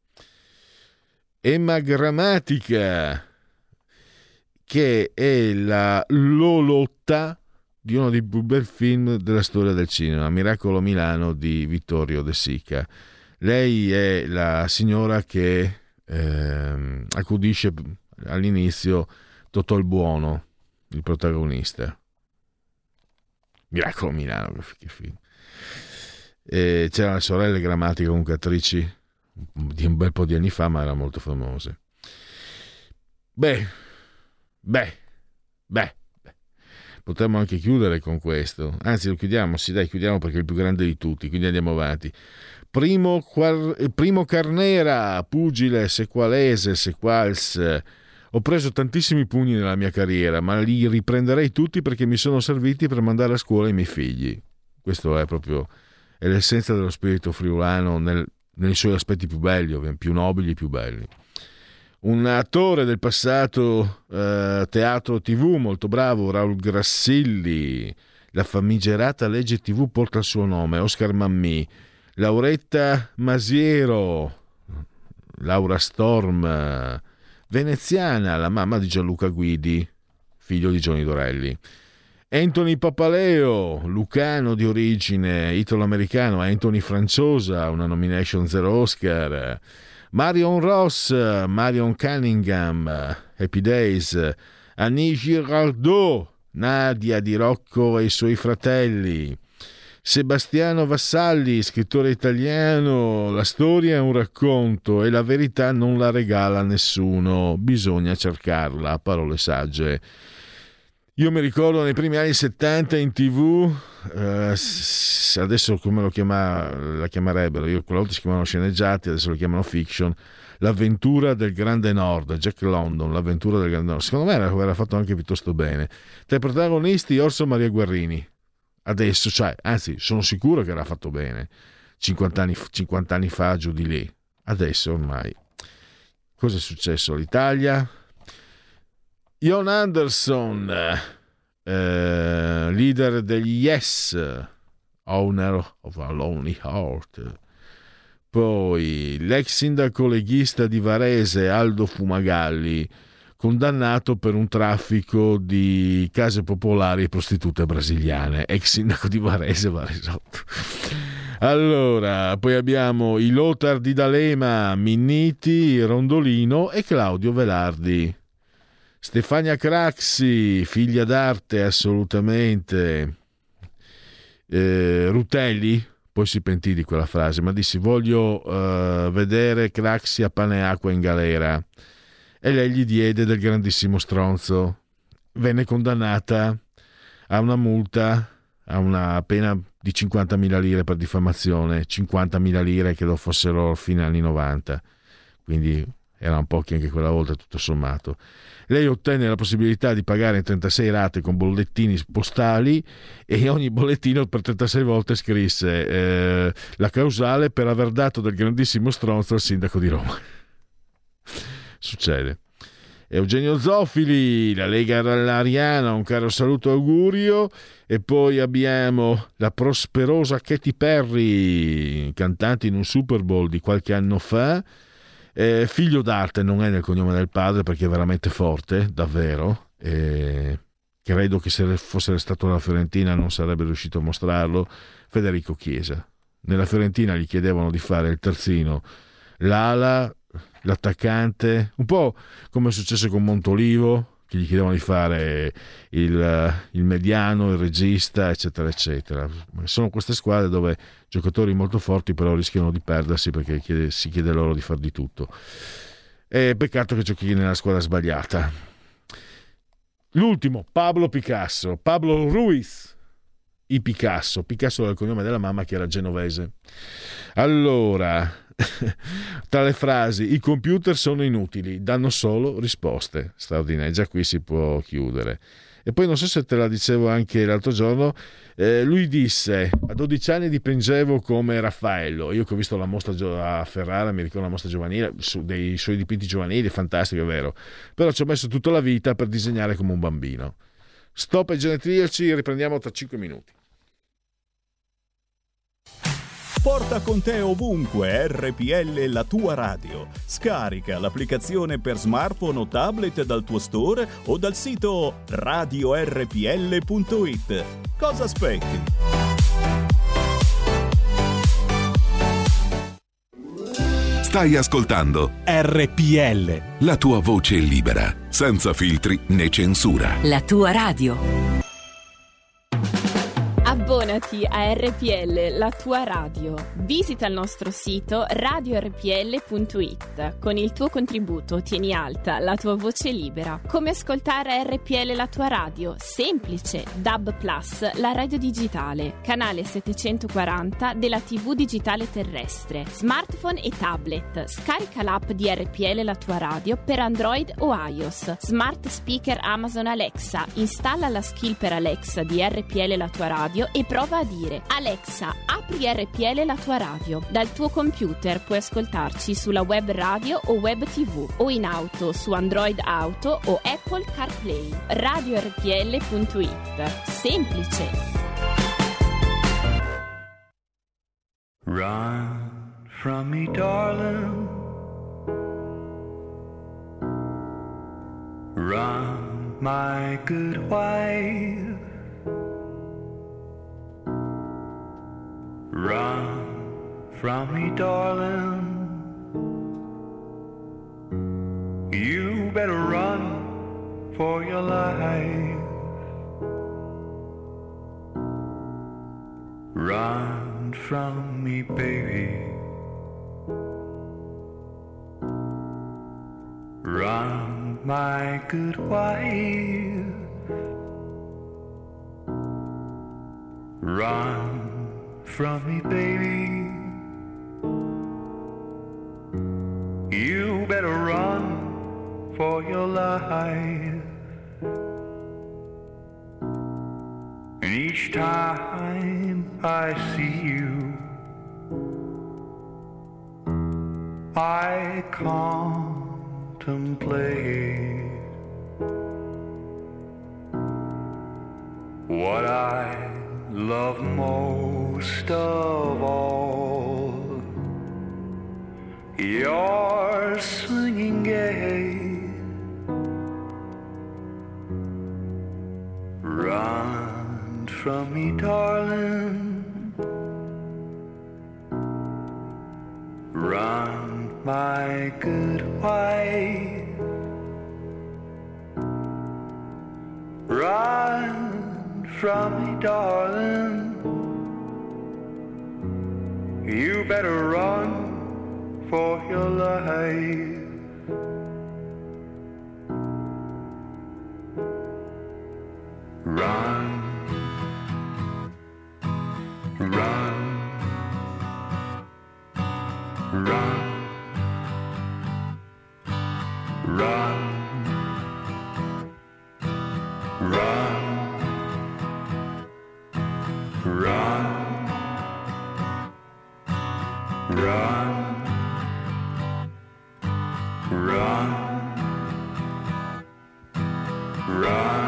Emma Grammatica, che è la Lolotta di uno dei più bel film della storia del cinema, Miracolo Milano di Vittorio De Sica. Lei è la signora che eh, accudisce all'inizio Totò il Buono, il protagonista. Miracolo Milano, che film. E c'erano le sorelle Grammatica, comunque attrici di un bel po' di anni fa, ma erano molto famose. Beh, beh, beh, beh. Potremmo anche chiudere con questo. Anzi, lo chiudiamo, sì dai, chiudiamo perché è il più grande di tutti, quindi andiamo avanti. Primo, Primo Carnera, pugile, sequalese, sequals. Ho preso tantissimi pugni nella mia carriera, ma li riprenderei tutti perché mi sono serviti per mandare a scuola i miei figli. Questo è proprio è l'essenza dello spirito friulano nel nei suoi aspetti più belli, più nobili e più belli. Un attore del passato, eh, teatro tivù molto bravo, Raul Grassilli. La famigerata legge tivù porta il suo nome, Oscar Mammì. Lauretta Masiero, Laura Storm, veneziana, la mamma di Gianluca Guidi, figlio di Gianni Dorelli. Anthony Papaleo, lucano di origine italo-americano, Anthony Franciosa, una nomination zero Oscar. Marion Ross, Marion Cunningham, Happy Days. Annie Girardot, Nadia di Rocco e i suoi fratelli. Sebastiano Vassalli, scrittore italiano, la storia è un racconto e la verità non la regala nessuno, bisogna cercarla, parole sagge. Io mi ricordo nei primi anni settanta in tv, eh, adesso come lo chiama, la chiamerebbero, io quella volta si chiamavano sceneggiati, adesso lo chiamano fiction, L'avventura del Grande Nord, Jack London, L'avventura del Grande Nord, secondo me era, era fatto anche piuttosto bene. Tra i protagonisti Orso Maria Guerrini, adesso, cioè, anzi sono sicuro che era fatto bene, cinquanta anni, cinquanta anni fa giù di lì, adesso ormai. Cosa è successo all'Italia? Jon Anderson, eh, leader degli Yes, owner of a lonely heart. Poi l'ex sindaco leghista di Varese Aldo Fumagalli, condannato per un traffico di case popolari e prostitute brasiliane. Ex sindaco di Varese, Varesotto. Allora, poi abbiamo i Lothar di D'Alema, Minniti, Rondolino e Claudio Velardi. Stefania Craxi, figlia d'arte assolutamente. Eh, Rutelli, poi si pentì di quella frase, ma dissi voglio uh, vedere Craxi a pane e acqua in galera. E lei gli diede del grandissimo stronzo. Venne condannata a una multa, a una pena di cinquantamila lire per diffamazione, cinquantamila lire che lo fossero fine anni novanta, quindi erano pochi anche quella volta tutto sommato. Lei ottenne la possibilità di pagare in trentasei rate con bollettini postali e ogni bollettino per trentasei volte scrisse eh, la causale per aver dato del grandissimo stronzo al sindaco di Roma. Succede. Eugenio Zofili, la Lega Ariana, un caro saluto e augurio. E poi abbiamo la prosperosa Katy Perry, cantante in un Super Bowl di qualche anno fa. Eh, figlio d'arte, non è nel cognome del padre perché è veramente forte, davvero. Eh, credo che se fosse stato alla Fiorentina non sarebbe riuscito a mostrarlo. Federico Chiesa. Nella Fiorentina gli chiedevano di fare il terzino, l'ala, l'attaccante, un po' come è successo con Montolivo, che gli chiedevano di fare il, il mediano, il regista, eccetera, eccetera. Sono queste squadre dove giocatori molto forti però rischiano di perdersi perché chiede, si chiede loro di far di tutto. E peccato che giochi nella squadra sbagliata. L'ultimo, Pablo Picasso, Pablo Ruiz, i Picasso, Picasso era il cognome della mamma che era genovese. Allora, tra le frasi, i computer sono inutili, danno solo risposte straordinarie. Già qui si può chiudere. E poi non so se te la dicevo anche l'altro giorno, eh, lui disse a dodici anni dipingevo come Raffaello. Io che ho visto la mostra a Ferrara, mi ricordo la mostra giovanile, su dei suoi dipinti giovanili, fantastico, è vero, però ci ho messo tutta la vita per disegnare come un bambino. Stop ai genetriaci, riprendiamo tra cinque minuti. Porta con te ovunque R P L, la tua radio. Scarica l'applicazione per smartphone o tablet dal tuo store o dal sito radio erre pi elle punto it. Cosa aspetti? Stai ascoltando R P L, la tua voce libera, senza filtri né censura. La tua radio. Abbonati a R P L, la tua radio. Visita il nostro sito radio erre pi elle punto it. Con il tuo contributo tieni alta la tua voce libera. Come ascoltare R P L, la tua radio? Semplice. D A B Plus, la radio digitale. Canale settecentoquaranta della tivù digitale terrestre. Smartphone e tablet. Scarica l'app di R P L, la tua radio per Android o iOS. Smart speaker Amazon Alexa. Installa la skill per Alexa di R P L, la tua radio e prova a dire: Alexa, apri R P L, la tua radio. Dal tuo computer puoi ascoltarci sulla web radio o web tv o in auto su Android Auto o Apple CarPlay. radio erre pi elle punto it. Semplice. Run from me, darling. Run, my good wife. Run from me, darling. You better run for your life. Run from me, baby. Run, my good wife. Run from me, baby. You better run for your life. And each time I see you, I contemplate what I love most of all, your swinging gait. Run from me, darling. Run, my good wife. Run from me, darling. You better run for your life. Run, run, run, run, run, run, run, run, run.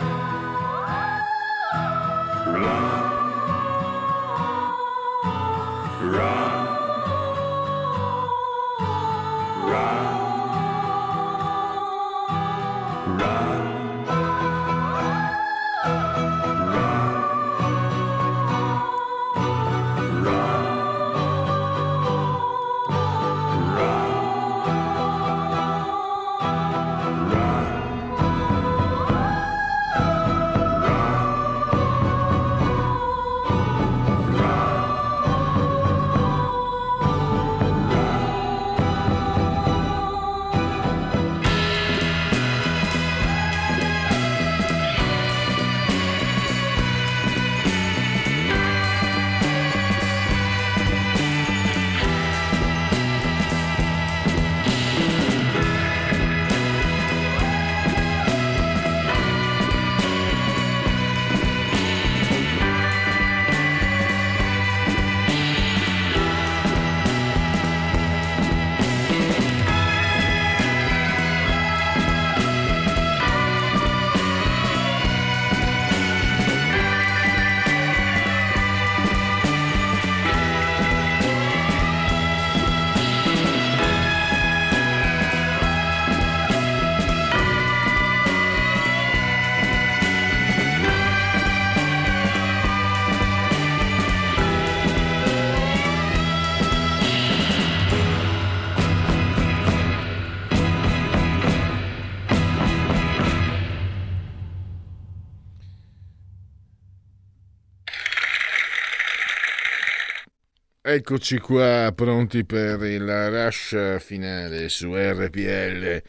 Eccoci qua, pronti per il rush finale su R P L,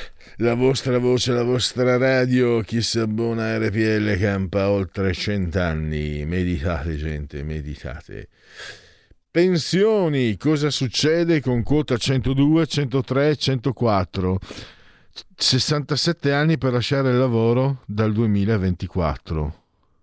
la vostra voce, la vostra radio. Chi si abbona a R P L campa oltre cent'anni. Meditate, gente, meditate. Pensioni, cosa succede con quota centodue, centotré, centoquattro? sessantasette anni per lasciare il lavoro dal duemilaventiquattro.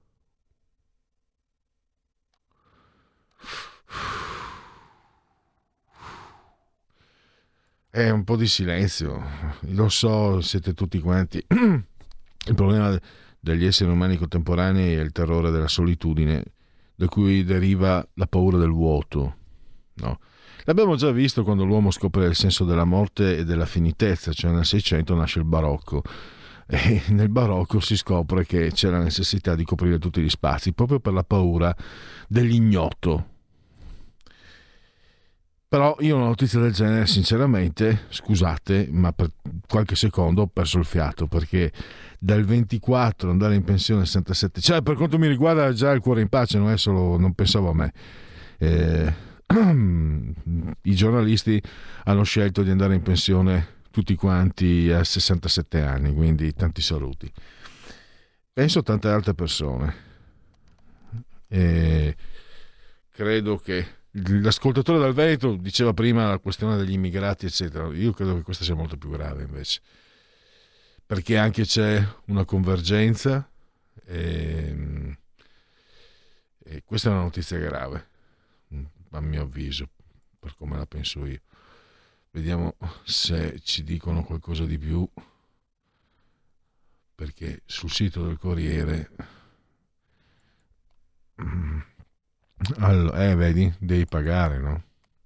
È un po' di silenzio, lo so, siete tutti quanti. Il problema degli esseri umani contemporanei è il terrore della solitudine, da cui deriva la paura del vuoto. no? L'abbiamo già visto quando l'uomo scopre il senso della morte e della finitezza, cioè nel Seicento nasce il barocco e nel barocco si scopre che c'è la necessità di coprire tutti gli spazi proprio per la paura dell'ignoto. Però io una notizia del genere, sinceramente, scusate, ma per qualche secondo ho perso il fiato, perché dal ventiquattro andare in pensione a sessantasette, cioè per quanto mi riguarda già il cuore in pace, non è solo, non pensavo a me. Eh, i giornalisti hanno scelto di andare in pensione tutti quanti a sessantasette anni, quindi tanti saluti. Penso a tante altre persone. E credo che l'ascoltatore dal Veneto diceva prima la questione degli immigrati, eccetera. Io credo che questa sia molto più grave invece, perché anche c'è una convergenza e, e questa è una notizia grave, a mio avviso, per come la penso io. Vediamo se ci dicono qualcosa di più, perché sul sito del Corriere allora, eh vedi, devi pagare, no?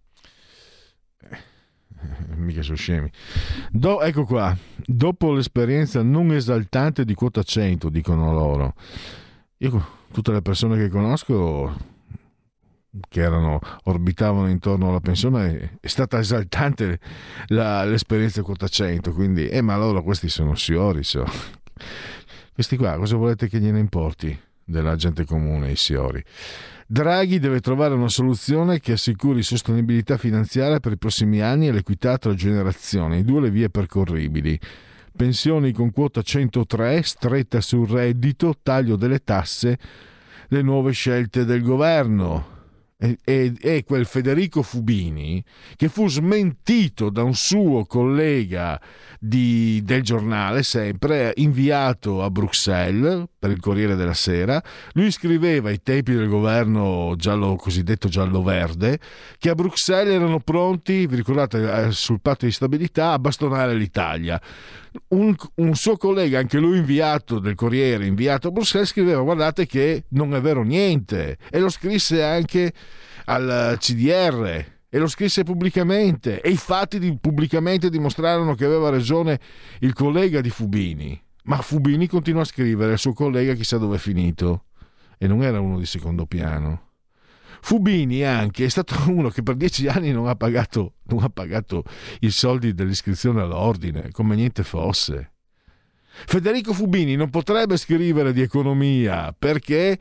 Eh, mica sono scemi. Do, ecco qua, dopo l'esperienza non esaltante di quota cento, dicono loro. Io tutte le persone che conosco che erano orbitavano intorno alla pensione, è stata esaltante la, l'esperienza quota cento, quindi eh ma allora questi sono siori, so. Questi qua cosa volete che gliene importi della gente comune, i siori? Draghi deve trovare una soluzione che assicuri sostenibilità finanziaria per i prossimi anni e l'equità tra generazioni, due le vie percorribili. Pensioni con quota centotré, stretta sul reddito, taglio delle tasse, le nuove scelte del governo. E, e, e quel Federico Fubini, che fu smentito da un suo collega di, del giornale, sempre inviato a Bruxelles per il Corriere della Sera. Lui scriveva ai tempi del governo giallo, cosiddetto giallo-verde, che a Bruxelles erano pronti, vi ricordate, sul patto di stabilità, a bastonare l'Italia. Un, un suo collega, anche lui inviato del Corriere, inviato a Bruxelles, scriveva: guardate che non è vero niente, e lo scrisse anche al C D R e lo scrisse pubblicamente, e i fatti di, pubblicamente dimostrarono che aveva ragione il collega di Fubini, ma Fubini continuò a scrivere, il suo collega chissà dove è finito, e non era uno di secondo piano. Fubini anche è stato uno che per dieci anni non ha pagato, non ha pagato i soldi dell'iscrizione all'ordine, come niente fosse. Federico Fubini non potrebbe scrivere di economia perché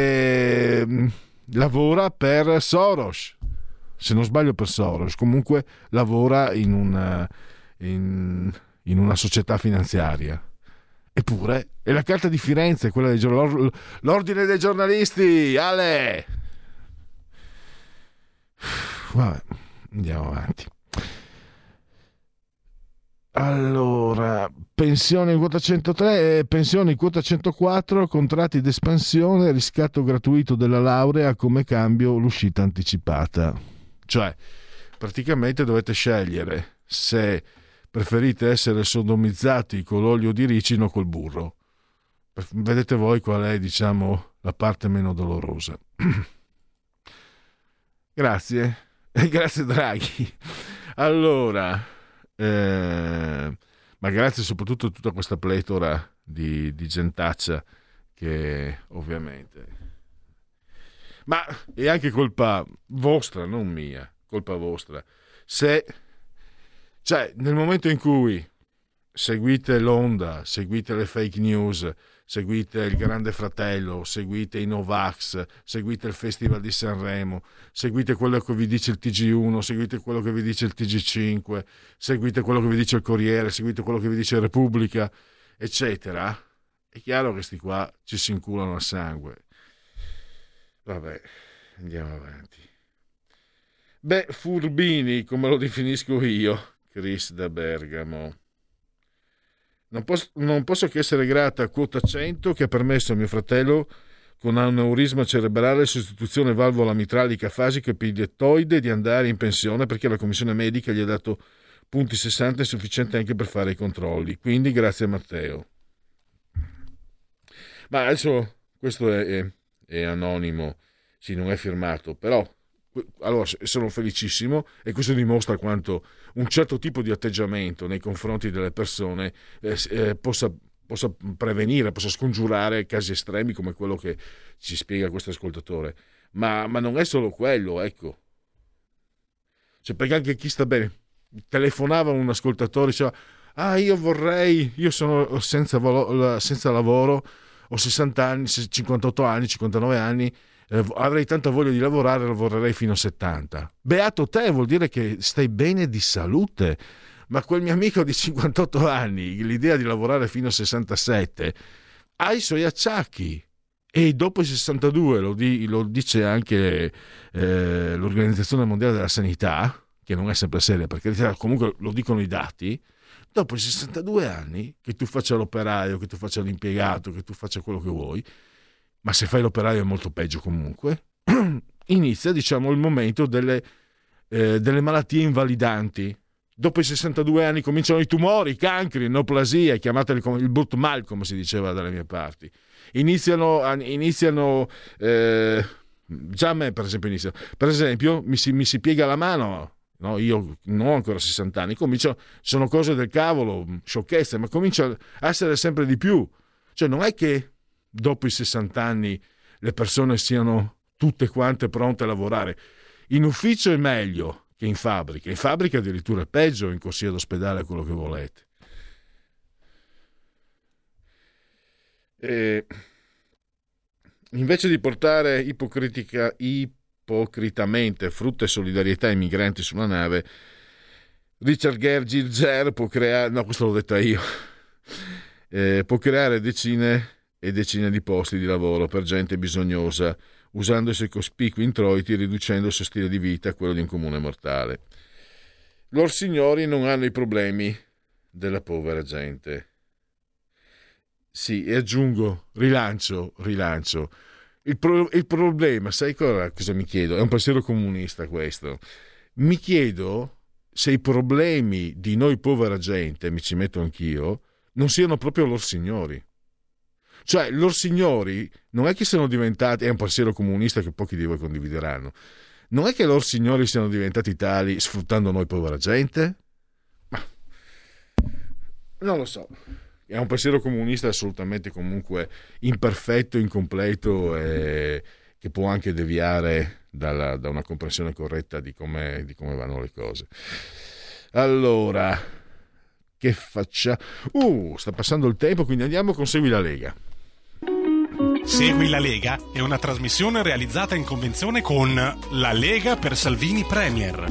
eh, lavora per Soros, se non sbaglio per Soros, comunque lavora in una, in, in una società finanziaria. Eppure è la carta di Firenze, quella dei giornalisti, l'ordine dei giornalisti, Ale! Vabbè, andiamo avanti. Allora, pensioni quota centotré, pensioni quota centoquattro, contratti d'espansione, riscatto gratuito della laurea come cambio l'uscita anticipata. Cioè, praticamente dovete scegliere se preferite essere sodomizzati con l'olio di ricino o col burro. Vedete voi qual è, diciamo, la parte meno dolorosa. Grazie, grazie Draghi. Allora, eh, ma grazie soprattutto a tutta questa pletora di, di gentaccia che ovviamente, ma è anche colpa vostra, non mia, colpa vostra. Se, cioè, nel momento in cui seguite l'onda, seguite le fake news, seguite il Grande Fratello, seguite i Novax, seguite il Festival di Sanremo, seguite quello che vi dice il T G uno, seguite quello che vi dice il T G cinque, seguite quello che vi dice il Corriere, seguite quello che vi dice Repubblica, eccetera, è chiaro che sti qua ci si inculano a sangue. Vabbè, andiamo avanti. Beh, furbini, come lo definisco io, Chris da Bergamo. Non posso, non posso che essere grata a quota cento che ha permesso a mio fratello con aneurisma cerebrale, sostituzione valvola mitralica fasica epidettoide di andare in pensione perché la commissione medica gli ha dato punti sessanta insufficiente anche per fare i controlli. Quindi grazie a Matteo. Ma adesso questo è, è, è anonimo, sì, non è firmato, però allora sono felicissimo, e questo dimostra quanto un certo tipo di atteggiamento nei confronti delle persone eh, eh, possa, possa prevenire, possa scongiurare casi estremi come quello che ci spiega questo ascoltatore. Ma, ma non è solo quello, ecco. Cioè, perché anche chi sta bene, telefonava un ascoltatore, diceva: ah, io vorrei, io sono senza, volo, senza lavoro, ho sessanta anni, cinquantotto anni, cinquantanove anni, eh, avrei tanta voglia di lavorare, lavorerei fino a settanta. Beato te, vuol dire che stai bene di salute. Ma quel mio amico di cinquantotto anni, l'idea di lavorare fino a sessantasette, ha i suoi acciacchi. E dopo i sessantadue, lo, di, lo dice anche eh, l'Organizzazione Mondiale della Sanità, che non è sempre seria, perché comunque lo dicono i dati, dopo i sessantadue anni, che tu faccia l'operaio, che tu faccia l'impiegato, che tu faccia quello che vuoi, ma se fai l'operaio è molto peggio comunque, inizia, diciamo, il momento delle, eh, delle malattie invalidanti. Dopo i sessantadue anni cominciano i tumori, i cancri, le neoplasie, chiamateli come il brutto mal, come si diceva dalle mie parti. Iniziano, iniziano eh, già a me per esempio iniziano. Per esempio mi si, mi si piega la mano, no? Io non ho ancora sessanta anni, comincio, sono cose del cavolo, sciocchezze, ma comincia a essere sempre di più. Cioè non è che dopo i sessanta anni le persone siano tutte quante pronte a lavorare. In ufficio è meglio che in fabbrica, in fabbrica addirittura è peggio, in corsia d'ospedale, quello che volete. E invece di portare ipocritica, ipocritamente frutta e solidarietà ai migranti sulla nave, Richard Gere Gilger può creare, no, questo l'ho detto io, eh, può creare decine e decine di posti di lavoro per gente bisognosa, usando i suoi cospicui introiti e riducendo il suo stile di vita a quello di un comune mortale. Lor signori non hanno i problemi della povera gente. Sì, e aggiungo, rilancio, rilancio. Il, pro, il problema, sai cosa, cosa mi chiedo? È un pensiero comunista questo. Mi chiedo se i problemi di noi povera gente, mi ci metto anch'io, non siano proprio lor signori. Cioè, lor signori non è che siano diventati, è un pensiero comunista che pochi di voi condivideranno, non è che lor signori siano diventati tali sfruttando noi povera gente? Ma non lo so. È un pensiero comunista assolutamente comunque imperfetto, incompleto e che può anche deviare dalla, da una comprensione corretta di come, di come vanno le cose. Allora, che faccia? Uh, sta passando il tempo, quindi andiamo con Segui la Lega. Segui la Lega è una trasmissione realizzata in convenzione con la Lega per Salvini Premier.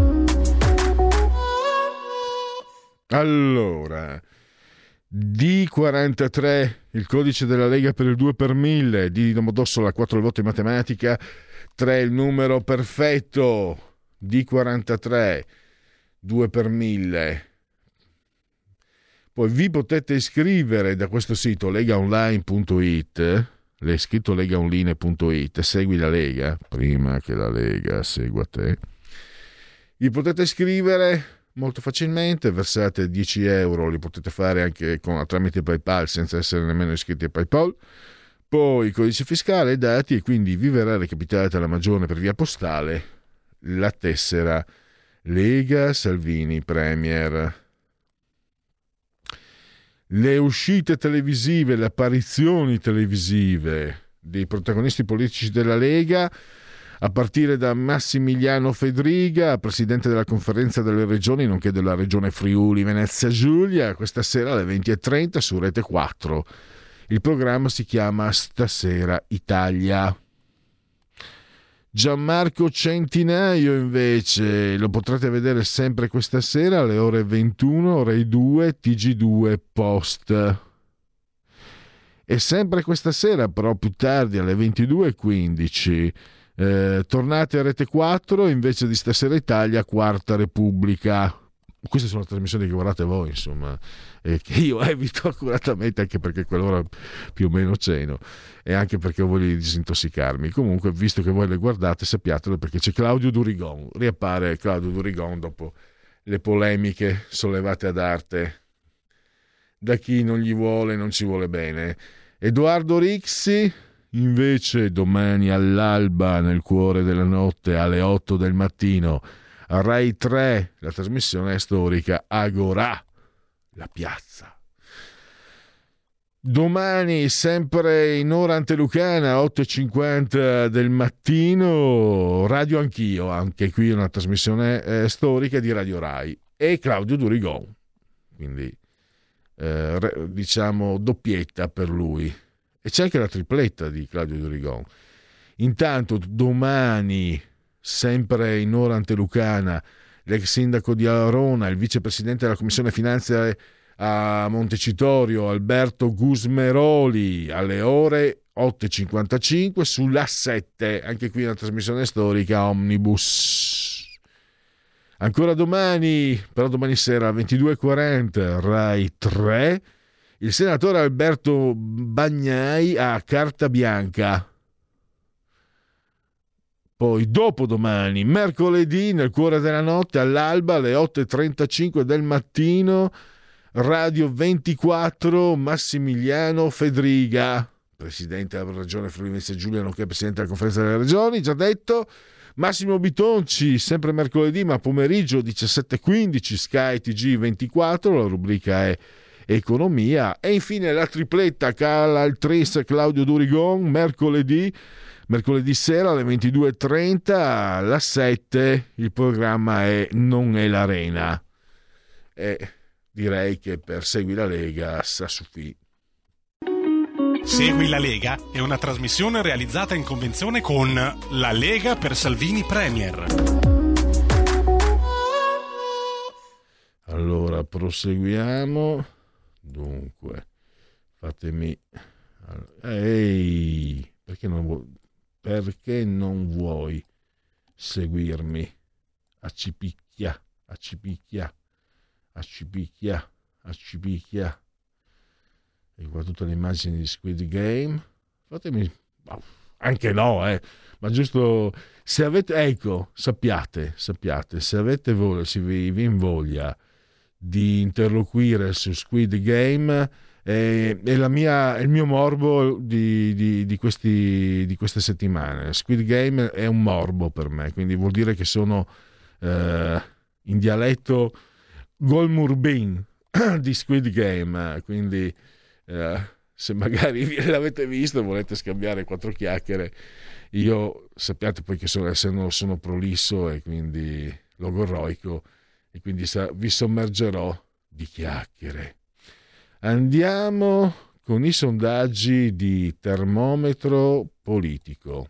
Allora, D quarantatré, il codice della Lega per il due per mille, D di Domodossola, quattro il voto in matematica, tre il numero perfetto, D quarantatré, due per mille. Poi vi potete iscrivere da questo sito legaonline punto it, l'hai scritto legaonline punto it, segui la Lega, prima che la Lega segua te. Vi potete iscrivere molto facilmente, versate dieci euro, li potete fare anche con, tramite PayPal senza essere nemmeno iscritti a PayPal. Poi codice fiscale, dati, e quindi vi verrà recapitata la magione per via postale la tessera Lega Salvini Premier. Le uscite televisive, le apparizioni televisive dei protagonisti politici della Lega, a partire da Massimiliano Fedriga, presidente della Conferenza delle Regioni, nonché della Regione Friuli Venezia Giulia, questa sera alle venti e trenta su Rete quattro. Il programma si chiama Stasera Italia. Gianmarco Centinaio invece lo potrete vedere sempre questa sera alle ore ventuno, Rai due, T G due Post. E sempre questa sera, però più tardi alle ventidue e quindici, eh, tornate a Rete quattro invece di Stasera Italia, Quarta Repubblica. Queste sono le trasmissioni che guardate voi, insomma, e che io evito accuratamente, anche perché quell'ora più o meno ceno e anche perché ho voglia di disintossicarmi. Comunque, visto che voi le guardate, sappiatelo, perché c'è Claudio Durigon, riappare Claudio Durigon dopo le polemiche sollevate ad arte da chi non gli vuole, non ci vuole bene. Edoardo Rixi invece domani all'alba, nel cuore della notte, alle otto del mattino, a Rai tre, la trasmissione è storica Agorà, la piazza. Domani, sempre in ora antelucana, otto e cinquanta del mattino, Radio Anch'io, anche qui una trasmissione eh, storica di Radio Rai, e Claudio Durigon, quindi eh, diciamo doppietta per lui. E c'è anche la tripletta di Claudio Durigon. Intanto domani, sempre in ora antelucana, l'ex sindaco di Arona, il vicepresidente della Commissione Finanze a Montecitorio, Alberto Gusmeroli, alle ore otto e cinquantacinque sulla sette, anche qui una trasmissione storica Omnibus. Ancora domani, però domani sera alle ventidue e quaranta, Rai tre, il senatore Alberto Bagnai a Carta Bianca. Poi dopodomani, mercoledì, nel cuore della notte, all'alba, alle otto e trentacinque del mattino, Radio ventiquattro, Massimiliano Fedriga, presidente della Regione Friuli Venezia Giulia, nonché presidente della Conferenza delle Regioni, già detto. Massimo Bitonci, sempre mercoledì, ma pomeriggio, diciassette e quindici, Sky T G ventiquattro, la rubrica è Economia. E infine la tripletta Cala Altris Claudio Durigon, mercoledì, mercoledì sera alle ventidue e trenta, alla sette, il programma è Non è l'Arena. E direi che per Segui la Lega sa suffì. Segui la Lega è una trasmissione realizzata in convenzione con La Lega per Salvini Premier. Allora, proseguiamo. Dunque, fatemi... Ehi, perché non vuoi, perché non vuoi seguirmi? Accipicchia, accipicchia, accipicchia, accipicchia. E qua tutte le immagini di Squid Game. Fatemi... Anche no, eh. Ma giusto... Se avete... Ecco, sappiate, sappiate, se avete voglia, se vi, vi invoglia di interloquire su Squid Game, è, è, la mia, è il mio morbo di, di, di, questi, di queste settimane. Squid Game è un morbo per me, quindi vuol dire che sono eh, in dialetto Golmurbin di Squid Game, quindi eh, se magari l'avete visto e volete scambiare quattro chiacchiere, io sappiate poi che sono, essendo, sono prolisso e quindi logorroico, e quindi vi sommergerò di chiacchiere. Andiamo con i sondaggi di Termometro Politico.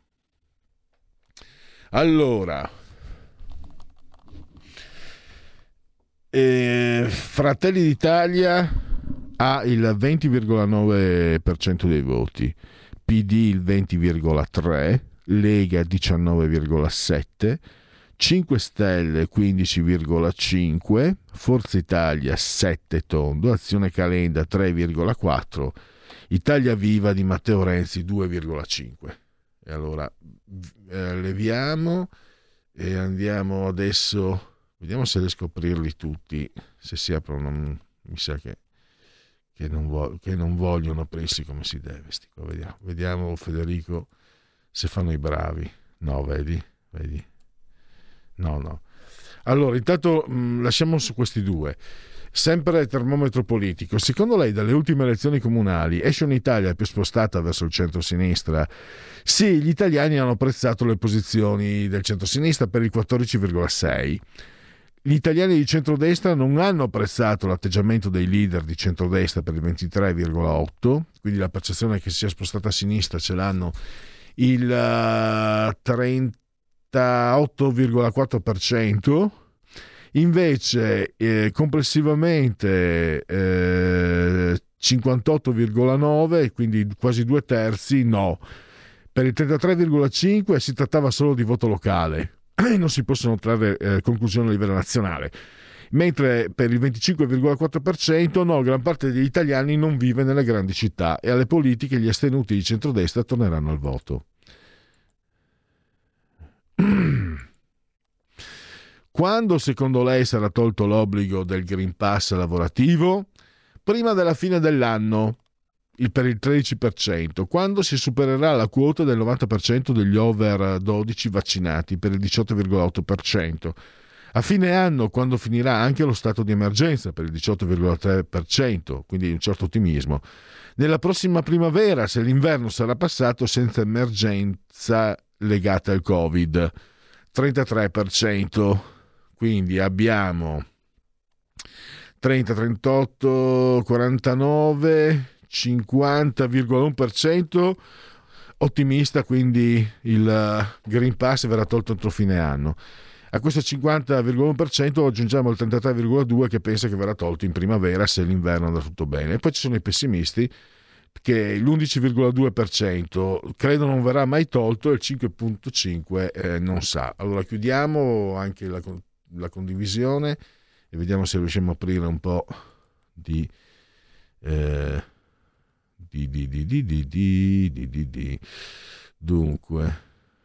Allora, eh, Fratelli d'Italia ha il venti virgola nove per cento dei voti, P D il venti virgola tre per cento, Lega diciannove virgola sette per cento, cinque Stelle quindici virgola cinque per cento, Forza Italia sette tondo, Azione Calenda tre virgola quattro per cento, Italia Viva di Matteo Renzi due virgola cinque per cento. E allora eh, leviamo e andiamo adesso, vediamo se riesco a scoprirli tutti, se si aprono, mi sa che, che, non, vo- che non vogliono aprirsi come si deve. Qua, vediamo. vediamo Federico se fanno i bravi. No, vedi, vedi. No, no. Allora, intanto mh, lasciamo su questi due. Sempre Termometro Politico. Secondo lei, dalle ultime elezioni comunali esce un'Italia più spostata verso il centro-sinistra? Sì, gli italiani hanno apprezzato le posizioni del centro-sinistra per il quattordici virgola sei per cento. Gli italiani di centrodestra non hanno apprezzato l'atteggiamento dei leader di centrodestra per il ventitré virgola otto per cento, quindi la percezione che sia spostata a sinistra ce l'hanno il uh, trentotto virgola quattro per cento. Invece eh, complessivamente eh, cinquantotto virgola nove per cento, quindi quasi due terzi no. Per il trentatré virgola cinque per cento si trattava solo di voto locale e non si possono trarre eh, conclusioni a livello nazionale, mentre per il venticinque virgola quattro per cento no, gran parte degli italiani non vive nelle grandi città e alle politiche gli astenuti di centrodestra torneranno al voto. Quando secondo lei sarà tolto l'obbligo del Green Pass lavorativo? Prima della fine dell'anno. il, per il tredici per cento, quando si supererà la quota del novanta per cento degli over dodici vaccinati per il diciotto virgola otto per cento. A fine anno, quando finirà anche lo stato di emergenza per il diciotto virgola tre per cento, quindi un certo ottimismo. Nella prossima primavera, se l'inverno sarà passato senza emergenza legata al Covid, trentatré per cento. Quindi abbiamo trenta, trentotto, quarantanove, cinquanta virgola uno per cento ottimista, quindi il Green Pass verrà tolto entro fine anno. A questo cinquanta virgola uno per cento aggiungiamo il trentatré virgola due per cento che pensa che verrà tolto in primavera se l'inverno andrà tutto bene. E poi ci sono i pessimisti che l'undici virgola due per cento credono non verrà mai tolto e il cinque virgola cinque per cento eh, non sa. Allora chiudiamo anche la, la condivisione e vediamo se riusciamo a aprire un po' di eh, di di di di di di di di di dunque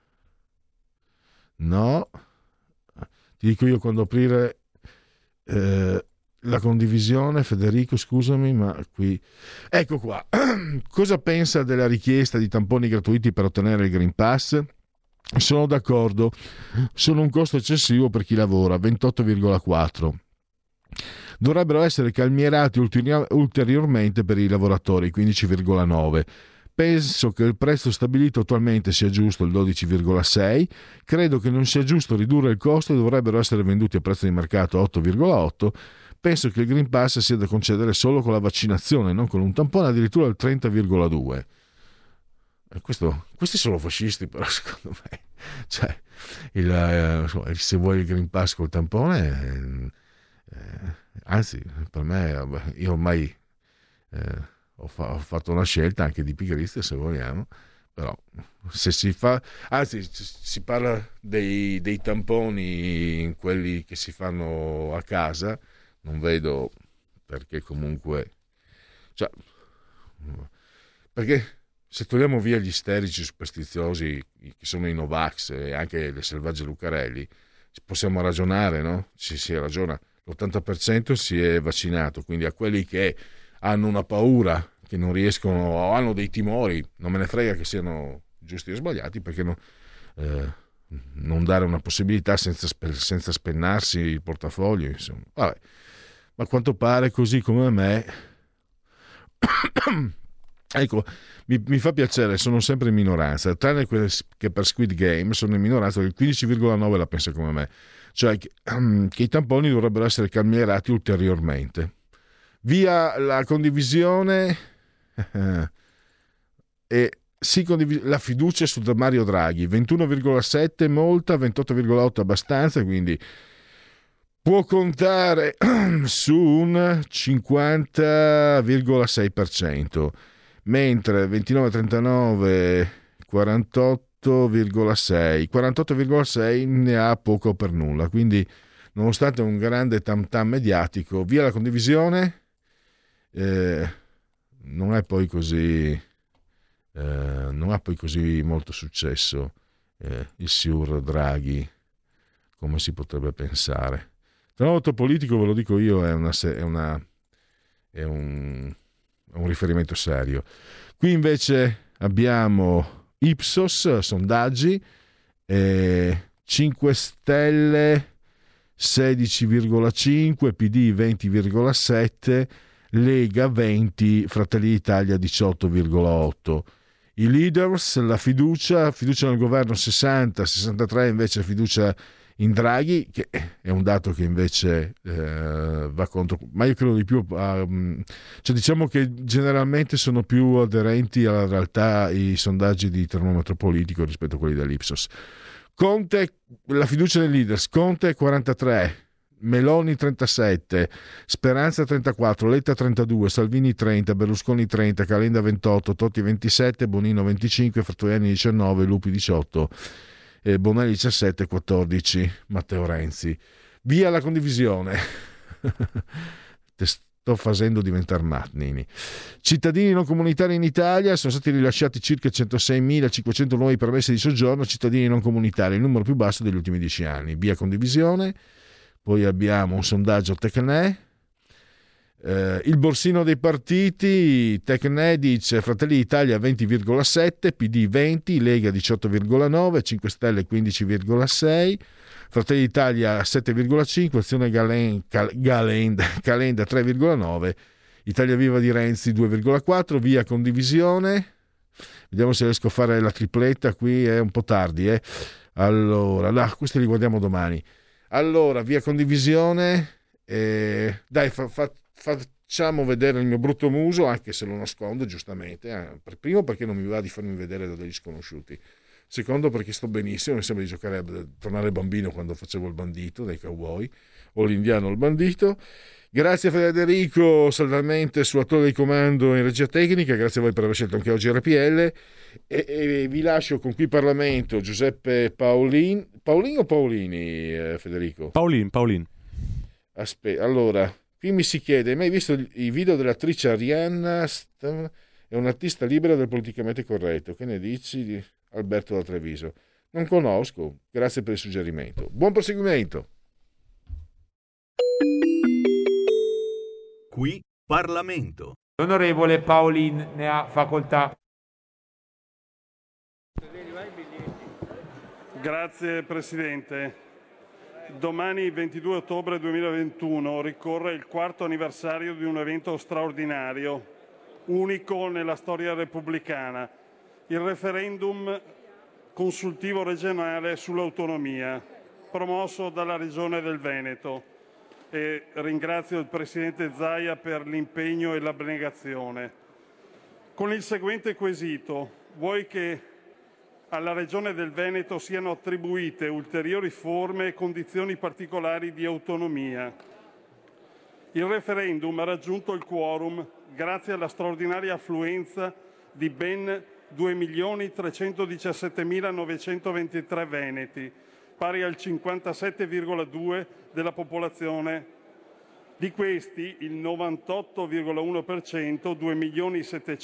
no. Ti dico io quando aprire eh, la condivisione, Federico, scusami, ma qui... Ecco qua. Cosa pensa della richiesta di tamponi gratuiti per ottenere il Green Pass? Sono d'accordo. Sono un costo eccessivo per chi lavora, ventotto virgola quattro. Dovrebbero essere calmierati ulteri- ulteriormente per i lavoratori, quindici virgola nove. Penso che il prezzo stabilito attualmente sia giusto, il dodici virgola sei. Credo che non sia giusto ridurre il costo e dovrebbero essere venduti a prezzo di mercato otto virgola otto. Penso che il Green Pass sia da concedere solo con la vaccinazione, non con un tampone, addirittura il trenta virgola due. E questo, questi sono fascisti, però, secondo me. Cioè, il, eh, se vuoi il Green Pass col tampone, eh, anzi, per me, io ormai... Eh, Ho, fa- ho fatto una scelta anche di pigrista, se vogliamo, però se si fa, anzi si parla dei, dei tamponi, quelli che si fanno a casa, non vedo perché comunque, cioè, perché se togliamo via gli isterici superstiziosi che sono i Novax e anche le selvagge Lucarelli, possiamo ragionare, no? Ci si ragiona, l'ottanta per cento si è vaccinato, quindi a quelli che hanno una paura, che non riescono o hanno dei timori, non me ne frega che siano giusti o sbagliati, perché no, eh, non dare una possibilità senza, senza spennarsi il portafoglio, insomma. Vabbè. Ma a quanto pare, così come me, ecco, mi, mi fa piacere, sono sempre in minoranza, tranne che per Squid Game sono in minoranza, il quindici virgola nove la pensa come me, cioè che, che i tamponi dovrebbero essere calmierati ulteriormente. Via la condivisione e si condiv- la fiducia su Mario Draghi, ventuno virgola sette molta, ventotto virgola otto abbastanza, quindi può contare su un cinquanta virgola sei per cento, mentre ventinove virgola trentanove, quarantotto virgola sei, quarantotto virgola sei ne ha poco per nulla, quindi nonostante un grande tam tam mediatico, via la condivisione. Eh, non è poi così eh, non ha poi così molto successo eh, il signor Draghi come si potrebbe pensare. Il voto politico, ve lo dico io, è, una, è, una, è, un, è un riferimento serio. Qui invece abbiamo Ipsos, sondaggi, eh, cinque Stelle sedici virgola cinque, P D venti virgola sette, Lega venti, Fratelli d'Italia diciotto virgola otto. I leaders, la fiducia, fiducia nel governo sessanta, sessantatré invece fiducia in Draghi, che è un dato che invece eh, va contro, ma io credo di più, uh, cioè diciamo che generalmente sono più aderenti alla realtà i sondaggi di termometro politico rispetto a quelli dell'Ipsos. Conte, la fiducia nei leaders, Conte quarantatré, Meloni trentasette, Speranza trentaquattro, Letta trentadue, Salvini trenta, Berlusconi trenta, Calenda ventotto, Totti ventisette, Bonino venticinque, Fattoiani diciannove, Lupi diciotto, eh, Bonelli diciassette, quattordici, Matteo Renzi. Via la condivisione. Te sto facendo diventare Mattnini. Cittadini non comunitari in Italia, sono stati rilasciati circa centoseimilacinquecento nuovi permessi di soggiorno, cittadini non comunitari, il numero più basso degli ultimi dieci anni. Via condivisione. Poi abbiamo un sondaggio Tecnè, Eh, il borsino dei partiti, Tecnedic, Fratelli d'Italia venti virgola sette, P D venti, Lega diciotto virgola nove, cinque Stelle quindici virgola sei, Fratelli d'Italia sette virgola cinque, Azione Galen, Cal, Galenda, Calenda tre virgola nove, Italia Viva di Renzi due virgola quattro, Via Condivisione. Vediamo se riesco a fare la tripletta, qui è un po' tardi. Eh. Allora, no, questi li guardiamo domani. Allora, Via Condivisione. Eh, dai, fa, fa, facciamo vedere il mio brutto muso, anche se lo nascondo giustamente. Eh. Primo perché non mi va di farmi vedere da degli sconosciuti. Secondo perché sto benissimo, mi sembra di giocare a tornare bambino quando facevo il bandito dei cowboy o l'indiano il bandito. Grazie a Federico saldamente sulla torre di comando in regia tecnica, grazie a voi per aver scelto anche oggi R P L e, e vi lascio con qui Parlamento Giuseppe Paolin. Paolin o Paolini, eh, Federico? Paolin, Paolin. Aspetta, allora, qui mi si chiede, hai mai visto i video dell'attrice Arianna? È un'artista libera del politicamente corretto, che ne dici di Alberto da Treviso? Non conosco, grazie per il suggerimento. Buon proseguimento. Qui Parlamento. L'onorevole Paolin ne ha facoltà. Grazie Presidente. Domani ventidue ottobre duemilaventuno ricorre il quarto anniversario di un evento straordinario, unico nella storia repubblicana, il referendum consultivo regionale sull'autonomia, promosso dalla Regione del Veneto. E ringrazio il Presidente Zaia per l'impegno e l'abnegazione. Con il seguente quesito: vuoi che alla Regione del Veneto siano attribuite ulteriori forme e condizioni particolari di autonomia? Il referendum ha raggiunto il quorum grazie alla straordinaria affluenza di ben due milioni trecentodiciassettemilanovecentoventitré veneti, pari al cinquantasette virgola due della popolazione. Di questi il novantotto virgola uno per cento, due milioni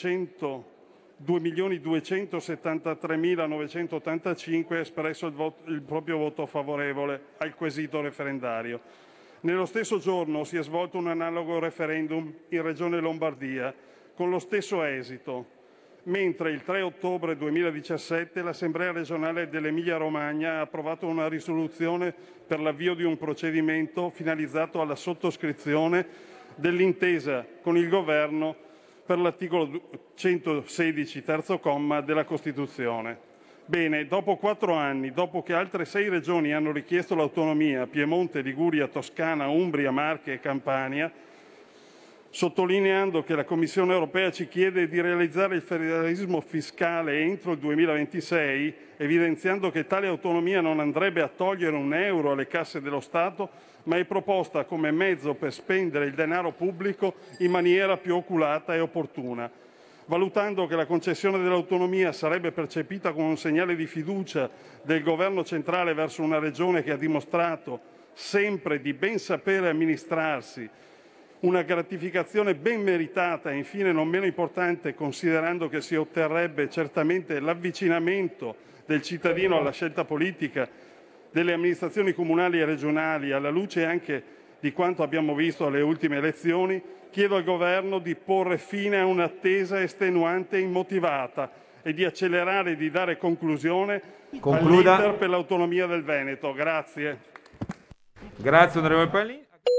duecentosettantatremilanovecentoottantacinque, ha espresso il, voto, il proprio voto favorevole al quesito referendario. Nello stesso giorno si è svolto un analogo referendum in Regione Lombardia, con lo stesso esito, mentre il tre ottobre duemiladiciassette l'Assemblea regionale dell'Emilia-Romagna ha approvato una risoluzione per l'avvio di un procedimento finalizzato alla sottoscrizione dell'intesa con il Governo per l'articolo centosedici, terzo comma, della Costituzione. Bene, dopo quattro anni, dopo che altre sei regioni hanno richiesto l'autonomia, Piemonte, Liguria, Toscana, Umbria, Marche e Campania, sottolineando che la Commissione europea ci chiede di realizzare il federalismo fiscale entro il duemilaventisei, evidenziando che tale autonomia non andrebbe a togliere un euro alle casse dello Stato, ma è proposta come mezzo per spendere il denaro pubblico in maniera più oculata e opportuna. Valutando che la concessione dell'autonomia sarebbe percepita come un segnale di fiducia del governo centrale verso una regione che ha dimostrato sempre di ben sapere amministrarsi, una gratificazione ben meritata e infine non meno importante, considerando che si otterrebbe certamente l'avvicinamento del cittadino alla scelta politica delle amministrazioni comunali e regionali, alla luce anche di quanto abbiamo visto alle ultime elezioni, chiedo al Governo di porre fine a un'attesa estenuante e immotivata e di accelerare e di dare conclusione Concluda. all'iter per l'autonomia del Veneto. Grazie. Grazie onorevole Paolin.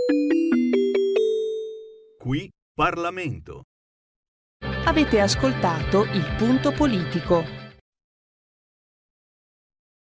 Qui Parlamento. Avete ascoltato Il Punto Politico.